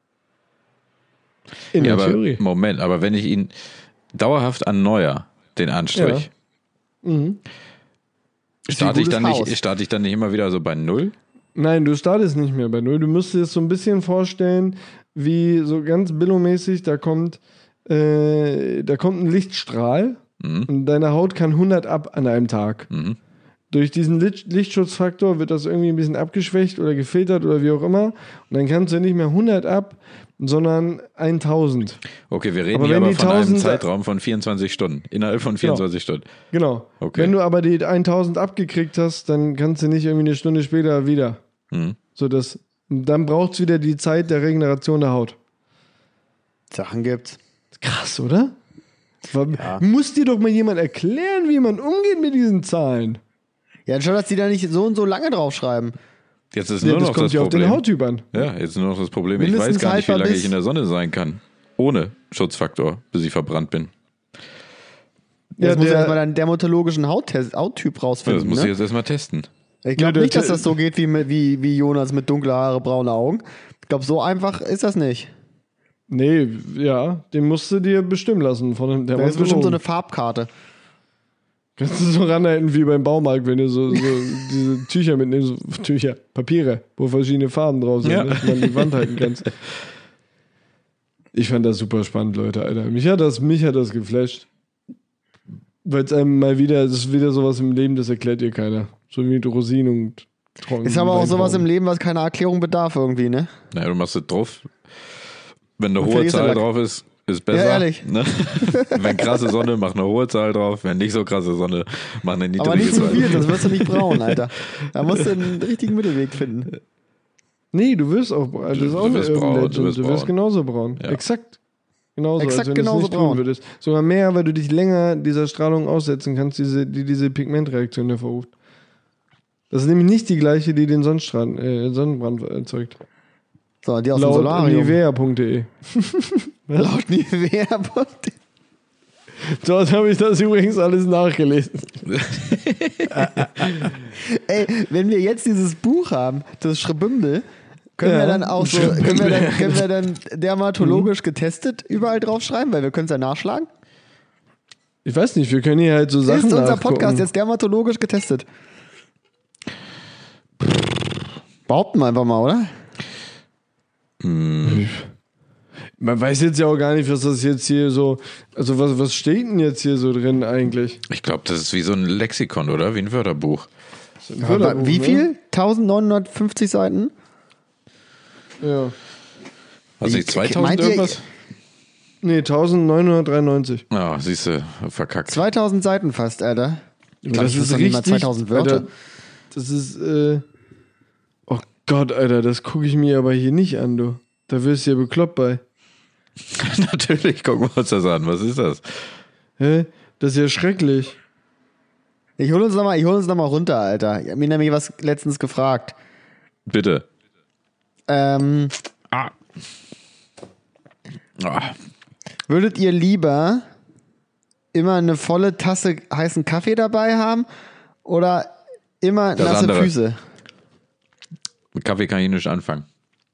In Ja, der aber Theorie. Moment, aber wenn ich ihn dauerhaft erneuere, den Anstrich, Mhm. starte ich, gutes dann Haus. nicht, starte ich dann nicht immer wieder so bei Null? Nein, du startest nicht mehr bei Null. Du musst dir das so ein bisschen vorstellen, wie so ganz billomäßig, da kommt, äh, da kommt ein Lichtstrahl Mhm. und deine Haut kann hundert ab an einem Tag. Mhm. Durch diesen Licht Lichtschutzfaktor wird das irgendwie ein bisschen abgeschwächt oder gefiltert oder wie auch immer. Und dann kannst du nicht mehr hundert ab, sondern tausend. Okay, wir reden Aber hier wenn aber die von einem tausend- Zeitraum von vierundzwanzig Stunden. Innerhalb von vierundzwanzig Stunden. Genau. Okay. Wenn du aber die tausend abgekriegt hast, dann kannst du nicht irgendwie eine Stunde später wieder. Mhm. So das, dann braucht es wieder die Zeit der Regeneration der Haut. Sachen gibt's. Krass, oder? Muss dir doch mal jemand erklären, wie man umgeht mit diesen Zahlen. Ja, schau, dass die da nicht so und so lange draufschreiben. Jetzt ist Ja, nur das noch kommt das ja auf den Problem. Hauttyp an. Ja, jetzt nur noch das Problem. Ich Mindestens weiß gar nicht, wie haltbar lange bis- ich in der Sonne sein kann. Ohne Schutzfaktor, bis ich verbrannt bin. Ja, Jetzt muss der- er erstmal deinen dermatologischen Hauttest, Hauttyp Ja, rausfinden. das muss ich ne? jetzt erstmal testen. Ich Ja, glaube der nicht, dass Te- das so geht wie, mit, wie, wie Jonas mit dunkle Haare, braune Augen. Ich glaube, so einfach ist das nicht. Nee, ja, den musst du dir bestimmen lassen von dem Das ist bestimmt so Dermatologen. eine Farbkarte. Kannst du so ranhalten wie beim Baumarkt, wenn du so, so diese Tücher mitnimmst, so Tücher, Papiere, wo verschiedene Farben drauf sind, Ja. ne, dass man die Wand halten kannst. Ich fand das super spannend, Leute, Alter. Mich hat das, mich hat das geflasht. Weil es einem mal wieder, das ist wieder sowas im Leben, das erklärt dir keiner. So wie mit Rosinen und Trocken. Ist aber auch sowas im Leben, was keine Erklärung bedarf irgendwie, ne? Naja, du machst es drauf. Wenn eine Und hohe verlierst Zahl den Lack. drauf ist, ist besser. Ja, ehrlich. Ne? Wenn krasse Sonne, mach eine hohe Zahl drauf. Wenn nicht so krasse Sonne, mach eine niedrige Aber nicht zu Zahl. viel, sonst wirst du nicht braun, Alter. Da musst du einen richtigen Mittelweg finden. Nee, du wirst auch braun. Das ist Du auch eine wirst Urban braun, du Legend. wirst Du wirst braun. genauso braun. Ja. Exakt. Genauso, Exakt als wenn genauso du es nicht braun. tun würdest. Sogar mehr, weil du dich länger dieser Strahlung aussetzen kannst, diese, die diese Pigmentreaktion hervorruft. Das ist nämlich nicht die gleiche, die den Sonnenstrahlen, äh, Sonnenbrand erzeugt. So, die aus dem Laut Solarium. Nivea punkt de. Laut Nivea. Dort habe ich das übrigens alles nachgelesen. Ey, wenn wir jetzt dieses Buch haben, das Schrebümbel, können Ja, wir dann auch so, können wir Schrebümbel. dann, können wir dann dermatologisch getestet überall draufschreiben, weil wir können es ja nachschlagen. Ich weiß nicht, wir können hier halt so Sachen Ist unser nachgucken. Podcast jetzt dermatologisch getestet? Behaupten wir einfach mal, oder? Man weiß jetzt ja auch gar nicht, was das jetzt hier so. Also, was, was steht denn jetzt hier so drin eigentlich? Ich glaube, das ist wie so ein Lexikon, oder? Wie ein Wörterbuch. Das ist ein Wörterbuch, Wie ne? viel? neunzehnhundertfünfzig Seiten? Ja. Also Ich- nicht zweitausend meint ihr- irgendwas? Nee, neunzehnhundertdreiundneunzig. Ja, siehst du, verkackt. zweitausend Seiten fast, Alter. Ich glaub, das das ist doch nicht mal richtig. zweitausend Wörter. Alter, das ist, äh. Oh Gott, Alter, das gucke ich mir aber hier nicht an, du. Da wirst du ja bekloppt bei. Natürlich, gucken wir uns das an. Was ist das? Hä? Das ist ja schrecklich. Ich hol uns nochmal hol uns noch mal runter, Alter. Ich hab mir nämlich was letztens gefragt. Bitte. Ähm, Ah. Ah. würdet ihr lieber immer eine volle Tasse heißen Kaffee dabei haben oder immer Das nasse andere. Füße? Mit Kaffee kann ich nicht anfangen.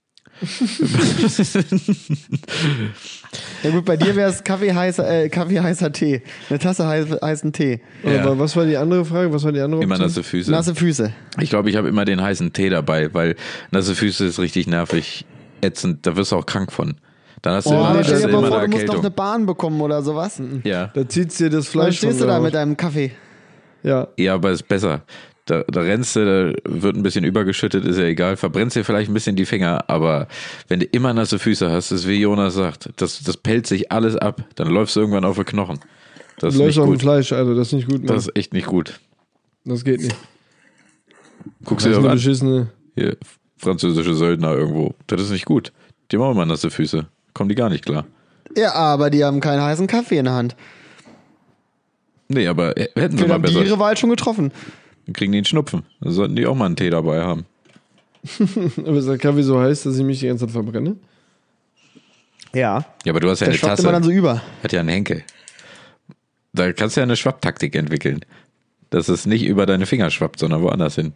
Ja gut, bei dir wäre es Kaffee heißer, äh, Kaffee heißer Tee. Eine Tasse heiß, heißen Tee. Ja. Aber was war die andere Frage? Was war die andere Immer Option? nasse Füße. Nasse Füße. Ich glaube, ich habe immer den heißen Tee dabei, weil nasse Füße ist richtig nervig, ätzend. Da wirst du auch krank von. Dann hast du Oh, immer, aber nee, stell das dir ist mal immer vor, eine du musst noch eine Erkältung. Bahn bekommen oder sowas. Ja. Da zieht dir das Dann Fleisch stehst von du da der mit Haut. deinem Kaffee. Ja. ja, aber ist besser. Da, da rennst du, da wird ein bisschen übergeschüttet, ist ja egal. Verbrennst dir vielleicht ein bisschen die Finger, aber wenn du immer nasse Füße hast, ist wie Jonas sagt, das, das pellt sich alles ab. Dann läufst du irgendwann auf den Knochen. Das Du ist läufst nicht auf dem gut. Fleisch, Alter. Das ist nicht gut, Mann. Das Das, ist echt nicht gut. geht nicht. Guckst Das du ist dir eine an. beschissene. Hier, französische Söldner irgendwo. Das ist nicht gut. Die haben auch immer nasse Füße. Kommen die gar nicht klar. Ja, aber die haben keinen heißen Kaffee in der Hand. Nee, aber hätten sie Vielleicht mal haben die besser. ihre Wahl schon getroffen. Dann kriegen die einen Schnupfen. Dann sollten die auch mal einen Tee dabei haben. Aber ist der Kaffee so heiß, dass ich mich die ganze Zeit verbrenne? Ja. Ja, aber du hast ja Der eine schwappt Tasse. immer dann so über. Hat ja einen Henkel. Da kannst du ja eine Schwapptaktik entwickeln. Dass es nicht über deine Finger schwappt, sondern woanders hin.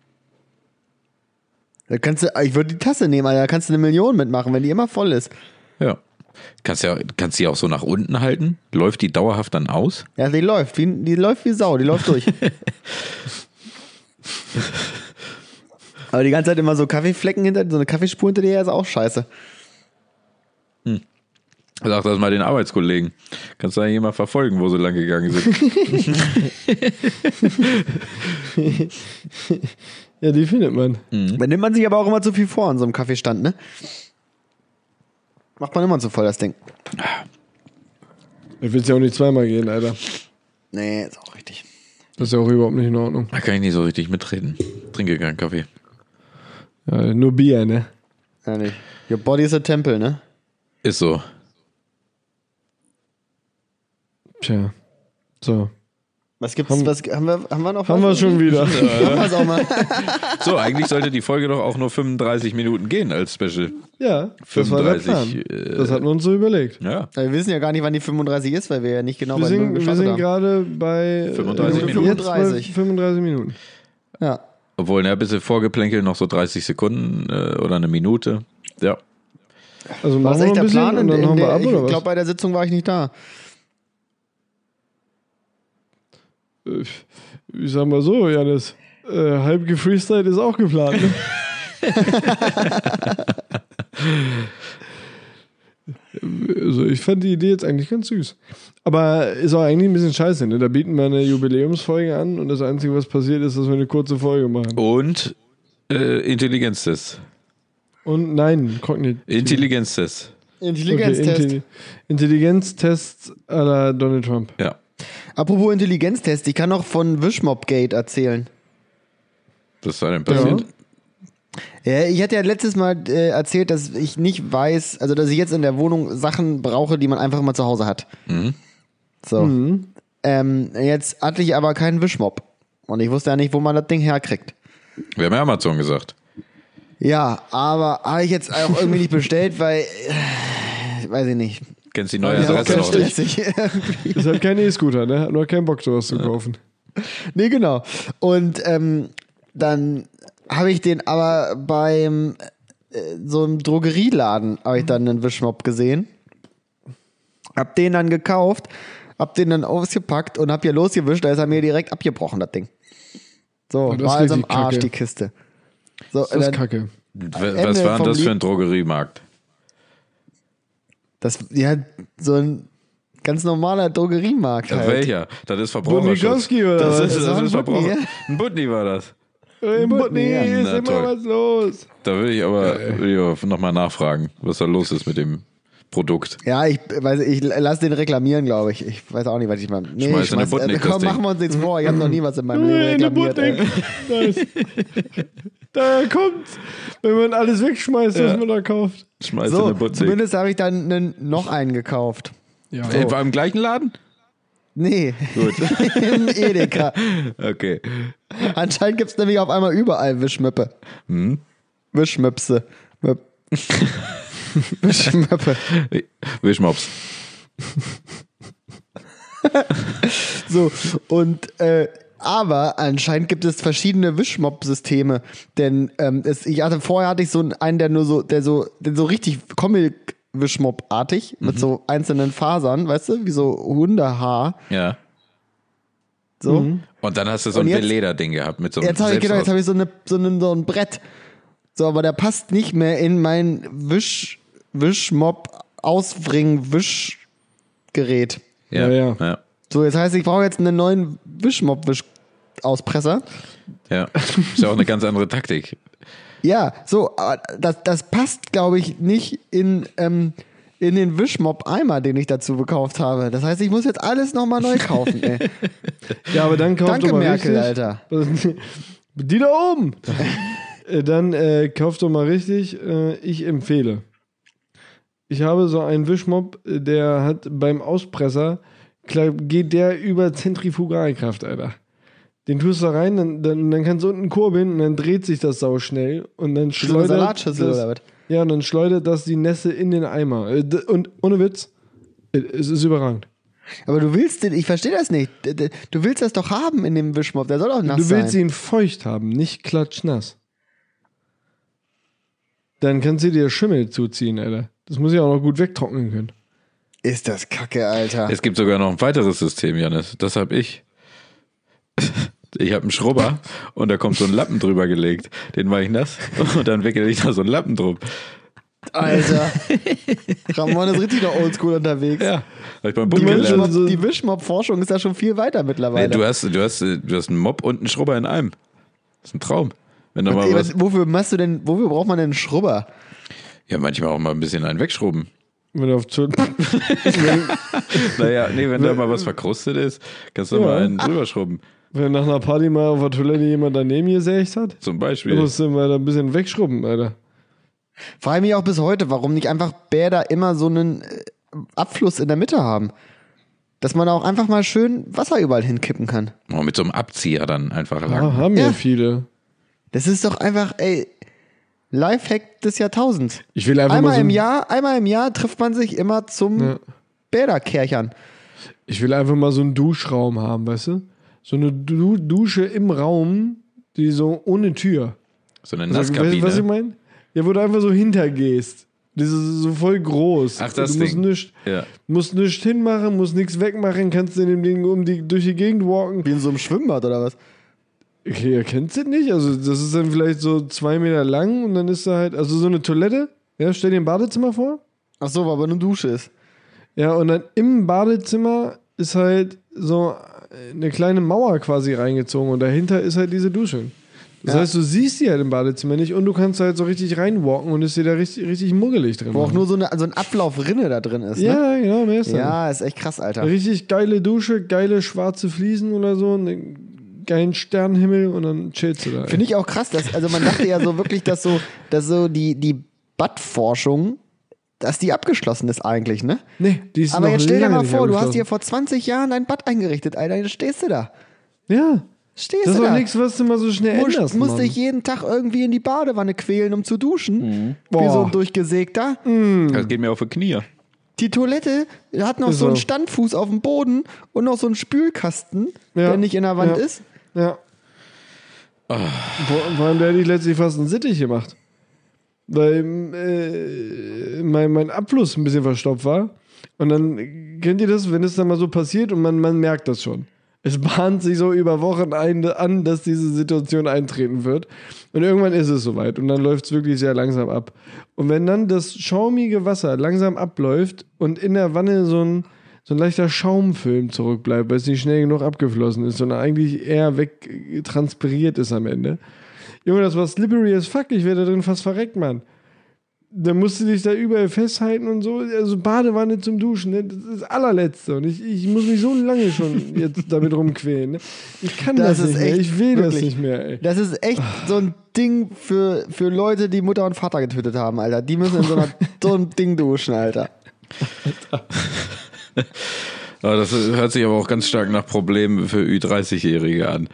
Da kannst du, ich würde die Tasse nehmen, Alter. Da kannst du eine Million mitmachen, wenn die immer voll ist. Ja. Kannst ja, kannst die auch so nach unten halten? Läuft die dauerhaft dann aus? Ja, die läuft. Wie, die läuft wie Sau. Die läuft durch. Aber die ganze Zeit immer so Kaffeeflecken hinter, so eine Kaffeespur hinter dir her ist auch scheiße. Sag das mal den Arbeitskollegen. Kannst du eigentlich mal verfolgen, wo sie lang gegangen sind. Ja, die findet man. Da nimmt man sich aber auch immer zu viel vor an so einem Kaffeestand, ne? Macht man immer zu voll, das Ding. Ich will es ja auch nicht zweimal gehen, Alter. Nee, ist auch richtig. Das ist ja auch überhaupt nicht in Ordnung. Da kann ich nicht so richtig mitreden. Trinke keinen Kaffee. Ja, nur Bier, ne? Ehrlich. Your body is a temple, ne? Ist so. Tja. So. Was gibt's, haben, was, haben, wir, haben wir noch Haben wir was? schon wieder. Haben wir's auch mal. So, eigentlich sollte die Folge doch auch nur fünfunddreißig Minuten gehen als Special. Ja, das war der Plan. fünfunddreißig, äh, Das hatten wir uns so überlegt. Ja. Wir wissen ja gar nicht, wann die fünfunddreißig ist, weil wir ja nicht genau Wir bei null sind, wir gestartet sind haben. gerade bei fünfunddreißig äh, Minuten. Jetzt bei fünfunddreißig. fünfunddreißig Minuten. Ja. Obwohl, ne, ein bisschen Vorgeplänkel, noch so dreißig Sekunden äh, oder eine Minute. Ja. Also War machen das wir echt noch der ein bisschen Plan? und In, dann in hauen wir der, ab, ich oder was? glaube, bei der Sitzung war ich nicht da. äh, ich sag mal so, Janis, äh, halb gefreestylt ist auch geplant. Ne? Also ich fand die Idee jetzt eigentlich ganz süß. Aber ist auch eigentlich ein bisschen scheiße, ne? Da bieten wir eine Jubiläumsfolge an und das Einzige, was passiert, ist, dass wir eine kurze Folge machen. Und äh, Intelligenztest. Und nein, Kognitiv. Intelligenztest. Intelligenztest. Okay, Intelli- Intelligenztests à la Donald Trump. Ja. Apropos Intelligenztest, ich kann noch von Wischmobgate erzählen. Was war denn passiert? Ja, ich hatte ja letztes Mal äh, erzählt, dass ich nicht weiß, also dass ich jetzt in der Wohnung Sachen brauche, die man einfach immer zu Hause hat. Mhm. So. Mhm. Ähm, jetzt hatte ich aber keinen Wischmob. Und ich wusste ja nicht, wo man das Ding herkriegt. Wir haben ja Amazon gesagt. Ja, aber habe ich jetzt auch irgendwie nicht bestellt, weil, äh, weiß ich nicht. Kennst die neue Ja, Adresse noch nicht? stressig. Ist halt kein E-Scooter, ne? Hat nur keinen Bock, sowas zu kaufen. Nee, genau. Und ähm, dann habe ich den aber beim äh, so einem Drogerieladen habe ich dann einen Wischmob gesehen. Hab den dann gekauft, hab den dann ausgepackt und hab hier losgewischt, da ist er mir direkt abgebrochen, das Ding. So, Oh, das war ist also am richtig Arsch, kacke. die Kiste. So, Das ist dann, kacke. Was Ende war denn vom das für Lied- ein Drogeriemarkt? das, ja, so ein ganz normaler Drogeriemarkt Ja, halt. welcher? Das ist Verbraucherschutz. Budnikowski oder das was? ist, Das das war ist ein Butni, Verbraucher. ja? Ein Butni war das. Im Butni Ja, ist na immer toll. was los. Da will ich aber nochmal nachfragen, was da los ist mit dem Produkt. Ja, ich weiß, ich lass den reklamieren, glaube ich. Ich weiß auch nicht, was ich meine. Nee, Schmeiß in den schmeiß- Butnik, äh, komm, das Ding. machen wir uns nichts vor. Ich habe noch nie was in meinem Leben In der reklamiert. ey. Butnik. Nice. Daher kommt's, wenn man alles wegschmeißt, was Ja. man da kauft. Schmeiß in So, den Butnik. zumindest habe ich dann einen, noch einen gekauft. Ja. Ey, war im gleichen Laden? Nee, Gut. im Edeka. Okay. Anscheinend gibt es nämlich auf einmal überall Wischmöppe. Hm? Wischmöpse. Möp. Wischmöppe. Wischmops. So, und äh, aber anscheinend gibt es verschiedene Wischmopp-Systeme. Denn ähm, es, ich hatte vorher hatte ich so einen, der nur so, der so, der so richtig Comic-Wischmopp-artig mit so einzelnen Fasern, weißt du, wie so Hundehaar. Ja. So. Und dann hast du so Und ein jetzt- Leder-Ding gehabt mit so einem Jetzt habe ich genau, jetzt Selbstaus- habe ich so, eine, so, einen, so ein Brett. So, aber der passt nicht mehr in mein Wisch, Wischmopp ausbringen Wischgerät. Ja, Ja, ja. ja. ja. So, jetzt heißt, ich brauche jetzt einen neuen Wischmopp Wisch Auspresser. Ja. Ist ja auch eine ganz andere Taktik. Ja, so, aber das, das passt, glaube ich, nicht in, ähm, in den Wischmopp-Eimer, den ich dazu gekauft habe. Das heißt, ich muss jetzt alles nochmal neu kaufen, ey. Ja, aber dann kauft Danke, doch mal Merkel, richtig. Alter. Die da oben. Äh, dann äh, kauft doch mal richtig. Äh, ich empfehle. Ich habe so einen Wischmopp, äh, der hat beim Auspresser, klar, geht der über Zentrifugalkraft, Alter. Den tust du da rein, dann, dann, dann kannst du unten kurbeln und dann dreht sich das sau schnell und dann So eine schleudert Salatschüssel das, oder was? ja, und dann schleudert das die Nässe in den Eimer. Äh, d- Und ohne Witz, äh, es ist überragend. Aber du willst den, ich verstehe das nicht. D- d- Du willst das doch haben in dem Wischmopp, der soll doch nass Du willst sein. ihn feucht haben, nicht klatschnass. Dann kannst du dir Schimmel zuziehen, Alter. Das muss ja auch noch gut wegtrocknen können. Ist das kacke, Alter. Es gibt sogar noch ein weiteres System, Janis. Das habe ich. Ich habe einen Schrubber und da kommt so ein Lappen drüber gelegt. Den mache ich nass und dann wickel ich da so einen Lappen drum. Alter. Ramon ist richtig noch oldschool unterwegs. Ja, habe ich beim Die Bund gelernt. Wischmopp- so- die Wischmopp-Forschung ist ja schon viel weiter Nee, mittlerweile. du, hast, du, hast, du hast einen Mob und einen Schrubber in einem. Das ist ein Traum. Wenn du mal Ey, was, was, wofür machst du denn, wofür braucht man denn einen Schrubber? ja, manchmal auch mal ein bisschen einen wegschrubben. Wenn du auf Zu- Naja, nee, wenn da mal was verkrustet ist, kannst du Ja. mal einen drüber schrubben. Wenn nach einer Party mal auf der Toilette jemand daneben gesägt hat, Zum dann Beispiel. musst du mal da ein bisschen wegschrubben, Alter. Frage mich auch bis heute, warum nicht einfach Bäder immer so einen äh, Abfluss in der Mitte haben. Dass man auch einfach mal schön Wasser überall hinkippen kann. Oh, mit so einem Abzieher dann einfach Ja, lang. haben ja Ja. viele. Das ist doch einfach, ey, Lifehack des Jahrtausends. Ich will einfach Einmal mal so im ein- Jahr, einmal im Jahr trifft man sich immer zum Ja. Bäderkärchern. Ich will einfach mal so einen Duschraum haben, weißt du? So eine du Dusche im Raum, die so ohne Tür. So eine Also, weißt du, Nasskabine. was ich meine? Ja, wo du einfach so hintergehst. Das ist so voll groß. Ach, das du musst Ding. nichts Ja. musst nicht hinmachen, musst nichts wegmachen, kannst in dem Ding um die, durch die Gegend walken. Wie in so einem Schwimmbad oder was? Okay, ihr kennt es nicht. Also, das ist dann vielleicht so zwei Meter lang und dann ist da halt, also so eine Toilette. Ja, stell dir ein Badezimmer vor. Ach so, weil aber eine Dusche ist. Ja, und dann im Badezimmer ist halt so eine kleine Mauer quasi reingezogen und dahinter ist halt diese Dusche. Das Ja. heißt, du siehst die halt im Badezimmer nicht und du kannst halt so richtig reinwalken und ist dir da richtig, richtig muggelig drin. Wo auch machen. nur so, eine, so ein Ablaufrinne da drin ist. Ne? Ja, genau, mehr ist da. Ja, ist echt krass, Alter. Richtig geile Dusche, geile schwarze Fliesen oder so, einen geilen Sternenhimmel und dann chillst du da. Finde ich auch krass, dass, also man dachte ja so wirklich, dass so, dass so die, die Bad-Forschung, dass die abgeschlossen ist eigentlich, ne? Nee, die ist Aber noch jetzt stell dir lange mal nicht vor, du hast abgeschlossen. dir vor zwanzig Jahren dein Bad eingerichtet, Alter, jetzt stehst du da. Ja, Stehst das ist du doch da. nichts, was du mal so schnell Musst, änderst. musst Mann. dich jeden Tag irgendwie in die Badewanne quälen, um zu duschen. Wie Boah. so ein durchgesägter. Das geht mir auf die Knie. Die Toilette hat noch Ist so einen so. Standfuß auf dem Boden und noch so einen Spülkasten, Ja. der nicht in der Wand Ja. ist. Ja. Vor, vor allem, der hätte ich letztlich fast einen Sittich gemacht. Weil äh, mein, mein Abfluss ein bisschen verstopft war. Und dann, kennt ihr das, wenn es dann mal so passiert und man, man merkt das schon. Es bahnt sich so über Wochen ein, an, dass diese Situation eintreten wird. Und irgendwann ist es soweit. Und dann läuft es wirklich sehr langsam ab. Und wenn dann das schaumige Wasser langsam abläuft und in der Wanne so ein, so ein leichter Schaumfilm zurückbleibt, weil es nicht schnell genug abgeflossen ist, sondern eigentlich eher wegtranspiriert ist am Ende. Junge, das war slippery as fuck. Ich wäre da drin fast verreckt, Mann. Da musst du dich da überall festhalten und so. Also Badewanne zum Duschen, ne? Das ist das allerletzte. Und ich, ich muss mich so lange schon jetzt damit rumquälen. Ne? Ich kann das, Das ist nicht mehr. echt, Ich will das wirklich. nicht mehr, ey. Das ist echt so ein Ding für, für Leute, die Mutter und Vater getötet haben, Alter. Die müssen in so, einer, so einem Ding duschen, Alter. Aber das hört sich aber auch ganz stark nach Problemen für Ü dreißig-Jährige an.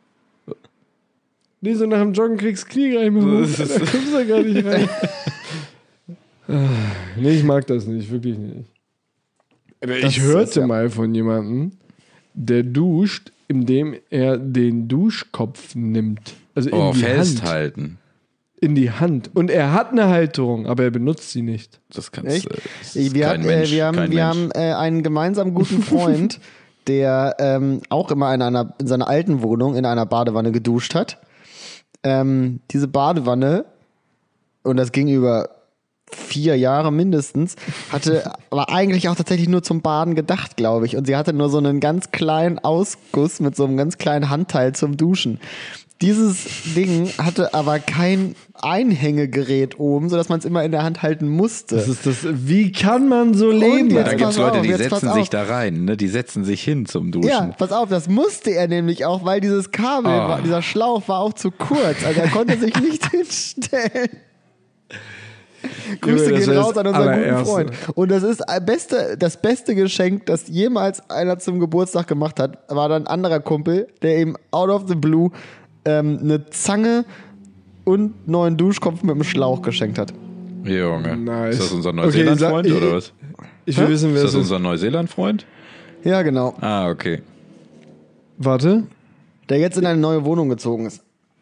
Nee, so nach dem Joggen kriegst du Knie gar nicht mehr hoch. Da kommst du gar nicht rein. Ah, nee, ich mag das nicht. Wirklich nicht. Das Ich ist hörte ja- mal von jemandem, der duscht, indem er den Duschkopf nimmt. Also in Oh, die Hand. festhalten. In die Hand. Und er hat eine Halterung, aber er benutzt sie nicht. Das kannst Echt? du. das ist Wir, kein hat, äh, Mensch, wir haben, kein wir Mensch. haben äh, einen gemeinsamen guten Freund, der ähm, auch immer in, einer, in seiner alten Wohnung in einer Badewanne geduscht hat. Ähm, diese Badewanne, und das ging über vier Jahre mindestens, hatte aber eigentlich auch tatsächlich nur zum Baden gedacht, glaube ich. Und sie hatte nur so einen ganz kleinen Ausguss mit so einem ganz kleinen Handteil zum Duschen. Dieses Ding hatte aber kein Einhängegerät oben, sodass man es immer in der Hand halten musste. Das ist das. Wie kann man so leben? jetzt Da Alter? gibt es pass Leute, auf, die jetzt pass setzen sich auf. da rein, ne? Die setzen sich hin zum Duschen. Ja, pass auf, das musste er nämlich auch, weil dieses Kabel, Ah. war, dieser Schlauch war auch zu kurz. Also er konnte sich nicht hinstellen. Grüße Junge, das gehen wär raus das an unseren guten allererste. Freund. Und das ist das beste, das beste Geschenk, das jemals einer zum Geburtstag gemacht hat, war dann ein anderer Kumpel, der ihm out of the blue ähm, eine Zange und einen neuen Duschkopf mit einem Schlauch geschenkt hat. Junge. Nice. Ist das unser Okay, Neuseeland-Freund sag- oder was? Ich will wissen, wer Ist es das ist. unser Neuseeland-Freund? Ja, genau. Ah, okay. Warte. Der jetzt in eine neue Wohnung gezogen ist.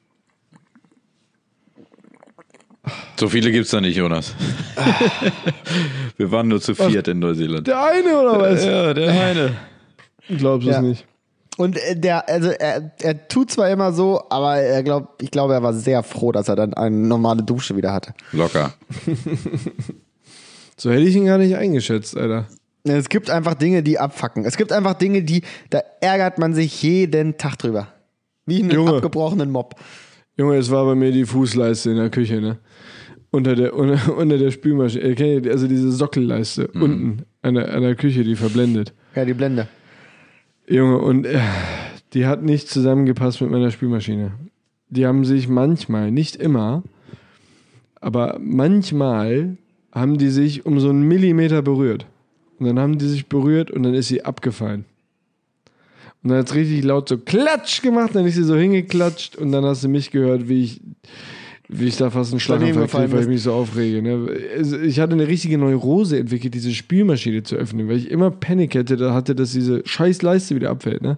So viele gibt's da nicht, Jonas. Wir waren nur zu viert in Neuseeland. Der eine oder was? Ja, der eine. Glaubst du Ja. es nicht? Und äh, der, also er, er tut zwar immer so, aber er glaubt, ich glaube, er war sehr froh, dass er dann eine normale Dusche wieder hatte. Locker. So hätte ich ihn gar nicht eingeschätzt, Alter. Es gibt einfach Dinge, die abfacken. Es gibt einfach Dinge, die, da ärgert man sich jeden Tag drüber. Wie einen Junge. abgebrochenen Mob. Junge, es war bei mir die Fußleiste in der Küche, ne? Unter der, unter, unter der Spülmaschine. Äh, kennt ihr, also diese Sockelleiste unten an der, an der Küche, die verblendet. Ja, die Blende. Junge, und äh, die hat nicht zusammengepasst mit meiner Spülmaschine. Die haben sich manchmal, nicht immer, aber manchmal haben die sich um so einen Millimeter berührt. Und dann haben die sich berührt und dann ist sie abgefallen. Und dann hat es richtig laut so Klatsch gemacht, dann ist sie so hingeklatscht und dann hast du mich gehört, wie ich, wie ich da fast einen Daneben Schlaganfall gefallen kriege, weil ich bist. mich so aufrege. Ne? Also ich hatte eine richtige Neurose entwickelt, diese Spülmaschine zu öffnen, weil ich immer Panik hätte, da hatte, dass diese scheiß Leiste wieder abfällt. Ne?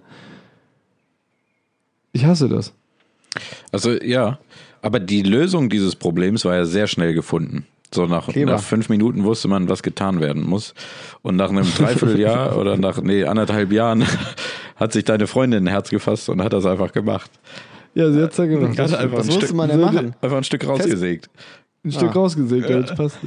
Ich hasse das. Also ja, aber die Lösung dieses Problems war ja sehr schnell gefunden. So nach, Kleber. nach fünf Minuten wusste man, was getan werden muss. Und nach einem Dreivierteljahr oder nach nee, anderthalb Jahren hat sich deine Freundin ein Herz gefasst und hat das einfach gemacht. Ja, sie hat's ja gemacht. Hat Das einfach Was ein musste Stück, man denn machen? einfach ein Stück rausgesägt. ein Stück Ah. rausgesägt, damit es passt.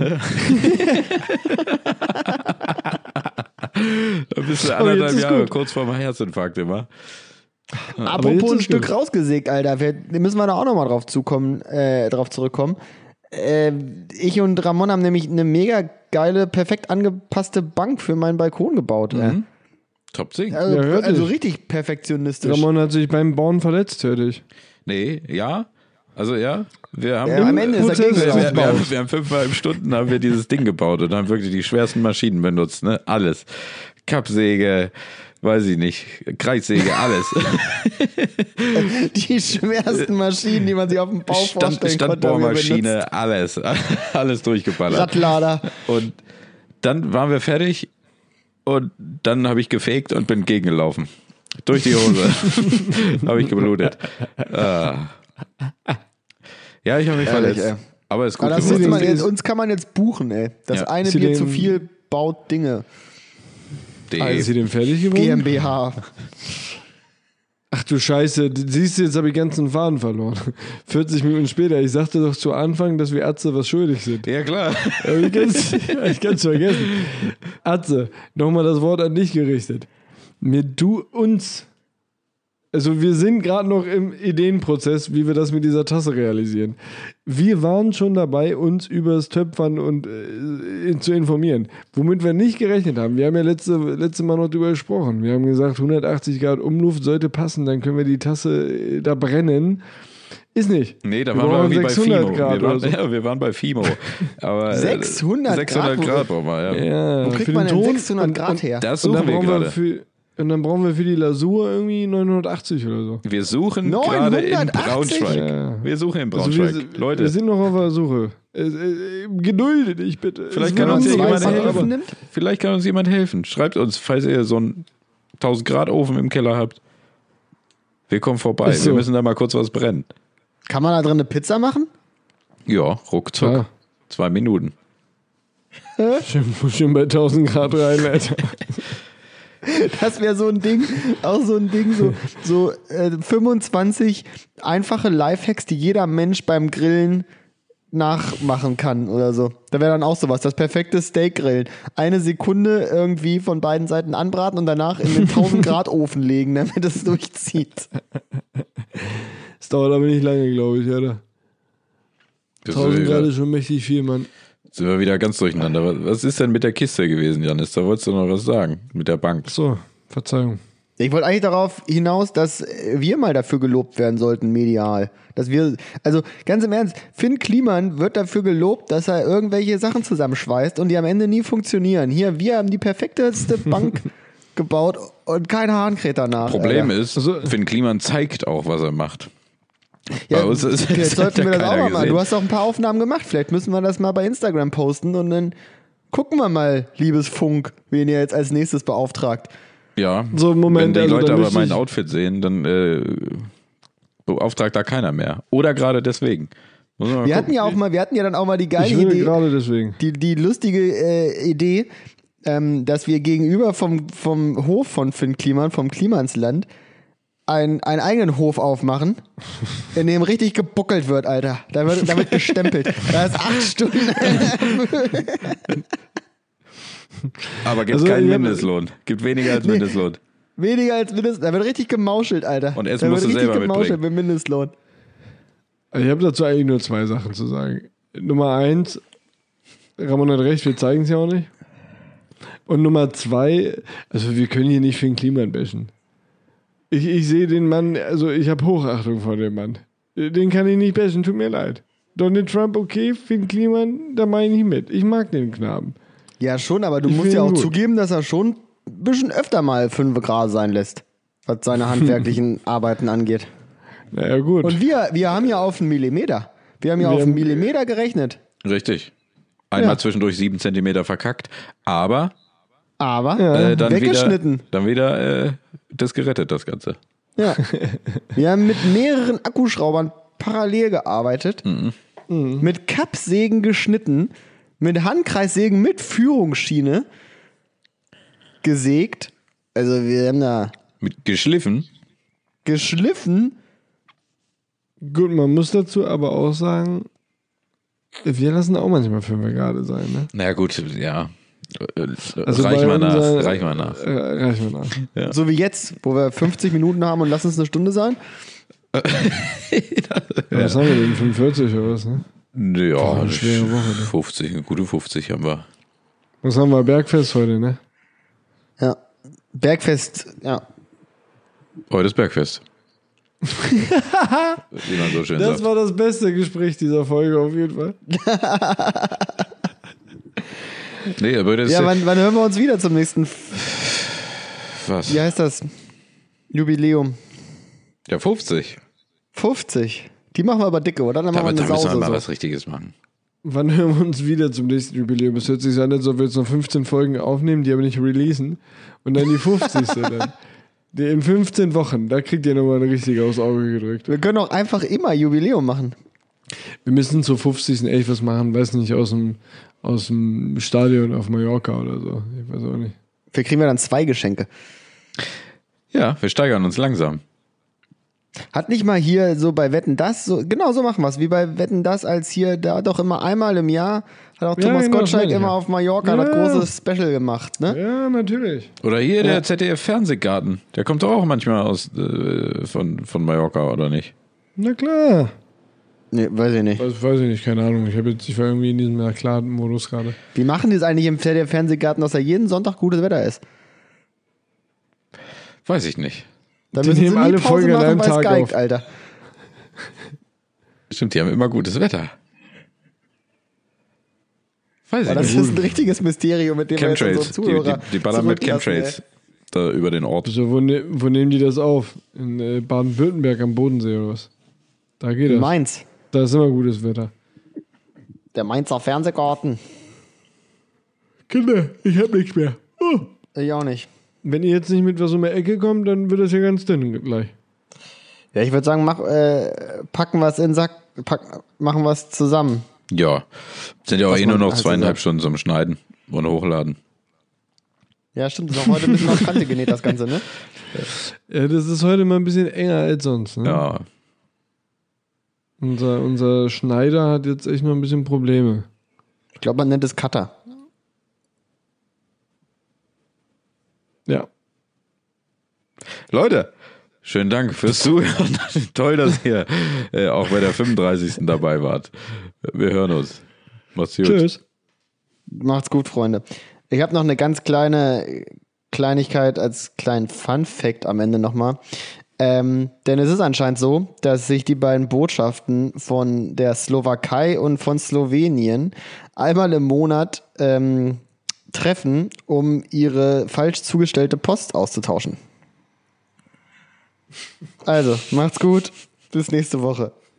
Da bist du Aber jetzt anderthalb ist Jahre gut. kurz vor meinem Herzinfarkt immer. jetzt Apropos ein ist Stück gut. rausgesägt, Alter. Wir, da müssen wir da auch nochmal drauf zukommen, äh, drauf zurückkommen. Äh, ich und Ramon haben nämlich eine mega geile, perfekt angepasste Bank für meinen Balkon gebaut. Mhm. Top Ding. Also, Ja, hört also ich. richtig perfektionistisch. Ramon hat sich beim Bauen verletzt, hörte ich. Nee, ja. Also ja, wir haben, Ja, am Ende ist er Prozess gegen wir, wir, wir, haben, aufgebaut. wir haben fünfeinhalb Stunden haben wir dieses Ding gebaut und haben wirklich die schwersten Maschinen benutzt, ne? Alles. Kappsäge, weiß ich nicht, Kreissäge, alles. Die schwersten Maschinen, die man sich auf dem Bau Stand, vorstellen konnte. haben wir benutzt. Standbohrmaschine, alles. Alles durchgeballert. Radlader. Und dann waren wir fertig und dann habe ich gefegt und bin gegengelaufen. Durch die Hose. Habe ich geblutet. Ah. Ja, ich habe mich Ehrlich, verletzt. ey. Aber ist gut Aber das geworden. muss man Das jetzt, ist- uns kann man jetzt buchen, ey. Das Ja. eine Sie Bier den- zu viel baut Dinge. Ist sie denn fertig geworden? GmbH. Ach du Scheiße, siehst du, jetzt habe ich ganzen Faden verloren. vierzig Minuten später, ich sagte doch zu Anfang, dass wir Atze was schuldig sind. Ja, klar. Aber ich kann's, ich kann's vergessen. Atze, nochmal das Wort an dich gerichtet. Mir du uns, also wir sind gerade noch im Ideenprozess, wie wir das mit dieser Tasse realisieren. Wir waren schon dabei, uns über das Töpfern und äh, zu informieren. Womit wir nicht gerechnet haben. Wir haben ja letzte, letzte Mal noch drüber gesprochen. Wir haben gesagt, hundertachtzig Grad Umluft sollte passen, dann können wir die Tasse äh, da brennen. Ist nicht. Nee, da Wir waren wir brauchen irgendwie bei sechshundert Fimo. Grad wir, waren, oder so. ja, wir waren bei Fimo. Aber, äh, sechshundert sechshundert Grad, Grad brauchen wir, ja. Ja, Wo für kriegt den man denn Ton sechshundert und- Grad und- her? Das Und suchen dann, wir brauchen wir gerade. für, und dann brauchen wir für die Lasur irgendwie neunhundertachtzig oder so. Wir suchen gerade in neunhundertachtzig? Braunschweig. Ja. Wir suchen in Also Braunschweig. wir, Leute, wir sind noch auf der Suche. Äh, äh, gedulde dich bitte. vielleicht Es kann wird uns ja so jemand weit, helfen. aber- nimmt? Vielleicht kann uns jemand helfen. Schreibt uns, falls ihr so einen tausend Grad Ofen im Keller habt. Wir kommen vorbei. Ist so. Wir müssen da mal kurz was brennen. Kann man da drin eine Pizza machen? Ja, ruckzuck. Ja. Zwei Minuten. Schön, schön bei tausend Grad rein, Alter. Das wäre so ein Ding, auch so ein Ding, so, so äh, fünfundzwanzig einfache Lifehacks, die jeder Mensch beim Grillen nachmachen kann oder so. Da wäre dann auch sowas, das perfekte Steakgrillen. Eine Sekunde irgendwie von beiden Seiten anbraten und danach in den tausend Grad Ofen legen, damit es durchzieht. Es dauert aber nicht lange, glaube ich, oder? Das tausend ist Grad wieder- ist schon mächtig viel, Mann. Sind wir wieder ganz durcheinander. Was- Was ist denn mit der Kiste gewesen, Janis? Da wolltest du noch was sagen. Mit der Bank. So, Verzeihung. Ich wollte eigentlich darauf hinaus, dass wir mal dafür gelobt werden sollten, medial. Dass wir, also ganz im Ernst, Finn Kliman wird dafür gelobt, dass er irgendwelche Sachen zusammenschweißt und die am Ende nie funktionieren. Hier, wir haben die perfekteste Bank gebaut und kein Hahn kräht danach. Problem Alter. ist, Also- Finn Kliman zeigt auch, was er macht. Ja, bei uns ist- jetzt das sollten hat wir ja das auch keiner mal machen. gesehen. Du hast auch ein paar Aufnahmen gemacht. Vielleicht müssen wir das mal bei Instagram posten und dann gucken wir mal, liebes Funk, wen ihr jetzt als nächstes beauftragt. Ja, So, Moment, wenn die also Leute dann aber müsste mein ich- Outfit sehen, dann äh, beauftragt da keiner mehr. Oder gerade deswegen. Muss man mal Wir gucken. hatten ja auch mal, wir hatten ja dann auch mal die geile Ich würde Idee. gerade deswegen. die, die lustige äh, Idee, ähm, dass wir gegenüber vom, vom Hof von Finn Kliman, vom Klimansland, ein, einen eigenen Hof aufmachen, in dem richtig gebuckelt wird, Alter. Da wird, da wird gestempelt. Da ist acht Stunden. Aber gibt Also, keinen ich hab- Mindestlohn. Gibt weniger als Mindestlohn. Weniger als Mindestlohn. Da wird richtig gemauschelt, Alter. Und Essen da musst wird du richtig selber gemauschelt mitbringen. mit Mindestlohn. Also ich habe dazu eigentlich nur zwei Sachen zu sagen. Nummer eins, Ramon hat recht, wir zeigen es ja auch nicht. Und Nummer zwei, also wir können hier nicht Finn Kliman bashen. Ich, ich sehe den Mann, also ich habe Hochachtung vor dem Mann. Den kann ich nicht bashen, tut mir leid. Donald Trump, okay, Finn Kliman, da meine ich mit. Ich mag den Knaben. Ja, schon, aber du Ich musst find ja ihn auch gut. zugeben, dass er schon ein bisschen öfter mal fünf Grad sein lässt, was seine handwerklichen Arbeiten angeht. Naja, gut. Und wir, wir haben ja auf einen Millimeter. Wir haben ja Wir auf einen haben- Millimeter gerechnet. Richtig. Einmal Ja. zwischendurch sieben Zentimeter verkackt, aber Aber äh, dann wieder, weggeschnitten. dann wieder äh, das gerettet, das Ganze. Ja. Wir haben mit mehreren Akkuschraubern parallel gearbeitet, Mhm. mit Kappsägen geschnitten, mit Handkreissägen mit Führungsschiene gesägt. Also wir haben da Mit geschliffen. geschliffen. Gut, man muss dazu aber auch sagen, wir lassen auch manchmal Filme gerade sein, ne? Na gut, ja. Also reich bei mal nach, unser- reich mal nach. Äh, reich mal nach. Ja. So wie jetzt, wo wir fünfzig Minuten haben und lass uns eine Stunde sein. Was haben wir denn? fünfundvierzig oder was, ne? Ja, eine das schwere Woche, ne? fünfzig, eine gute fünfzig haben wir. Was haben wir? Bergfest heute, ne? Ja. Bergfest, ja. Heute ist Bergfest. Wie man so schön Das sagt. war das beste Gespräch dieser Folge auf jeden Fall. Nee, aber das Ja, ist wann, wann hören wir uns wieder zum nächsten, was? wie heißt das? Jubiläum. Ja, fünfzig. fünfzig. Die machen wir aber dicke, oder? Dann machen Da, wir da eine müssen wir Sause. mal So. was Richtiges machen. Wann hören wir uns wieder zum nächsten Jubiläum? Es hört sich so an, als ob wir jetzt noch fünfzehn Folgen aufnehmen, die aber nicht releasen. Und dann die fünfzigste dann. Die in fünfzehn Wochen, da kriegt ihr nochmal eine richtige aufs Auge gedrückt. Wir können auch einfach immer Jubiläum machen. Wir müssen zur fünfzigsten echt was machen, weiß nicht, aus dem, aus dem Stadion auf Mallorca oder so. Ich weiß auch nicht. Wir kriegen wir dann zwei Geschenke. Ja, wir steigern uns langsam. Hat nicht mal hier so bei Wetten das, so, genau so machen wir es, wie bei Wetten das, als hier da doch immer einmal im Jahr hat auch Ja, Thomas genau, das Gottschalk meine ich immer ja. auf Mallorca Ja. das große Special gemacht, ne? Ja, natürlich. Oder hier der Z D F-Fernsehgarten. Der kommt doch auch manchmal aus äh, von, von Mallorca, oder nicht? Na klar. Nee, weiß ich nicht. Das weiß ich nicht, keine Ahnung. Ich, hab jetzt, ich war irgendwie in diesem ja, klaren Modus gerade. Wie machen die es eigentlich im Z D F-Fernsehgarten, dass da jeden Sonntag gutes Wetter ist? Weiß ich nicht. Da Die müssen nehmen sie nie alle Pause Folgen an machen, einem weil es Tag geigt, auf. Alter. Stimmt, die haben immer gutes Wetter. Weiß Aber ich das nicht. ist ein richtiges Mysterium, mit dem wir jetzt Chemtrails. unsere Die, Zuhörer die, die ballern mit zurücklassen, Chemtrails da über den Ort. Also, wo, ne, wo nehmen die das auf? In äh, Baden-Württemberg am Bodensee oder was? Da geht ey. das. Mainz. Da ist immer gutes Wetter. Der Mainzer Fernsehgarten. Kinder, ich hab nichts mehr. Oh. Ich auch nicht. Wenn ihr jetzt nicht mit was um die Ecke kommt, dann wird das ja ganz dünn gleich. Ja, ich würde sagen, mach, äh, packen wir es in den Sack, pack, machen wir es zusammen. Ja. Sind ja auch Was eh nur man noch halt zweieinhalb so Stunden zum Schneiden und hochladen. Ja, stimmt. Ist auch heute ein bisschen auf Kante genäht, das Ganze, ne? Ja, das ist heute mal ein bisschen enger als sonst. Ne? Ja. Unser, unser Schneider hat jetzt echt noch ein bisschen Probleme. Ich glaube, man nennt es Cutter. Ja. Leute, schönen Dank fürs Zuhören. Toll, dass ihr äh, auch bei der fünfunddreißigsten dabei wart. Wir hören uns. Macht's gut. Tschüss. Macht's gut, Freunde. Ich habe noch eine ganz kleine Kleinigkeit als kleinen Fun-Fact am Ende nochmal. Ähm, denn es ist anscheinend so, dass sich die beiden Botschaften von der Slowakei und von Slowenien einmal im Monat ähm, treffen, um ihre falsch zugestellte Post auszutauschen. Also, macht's gut. Bis nächste Woche.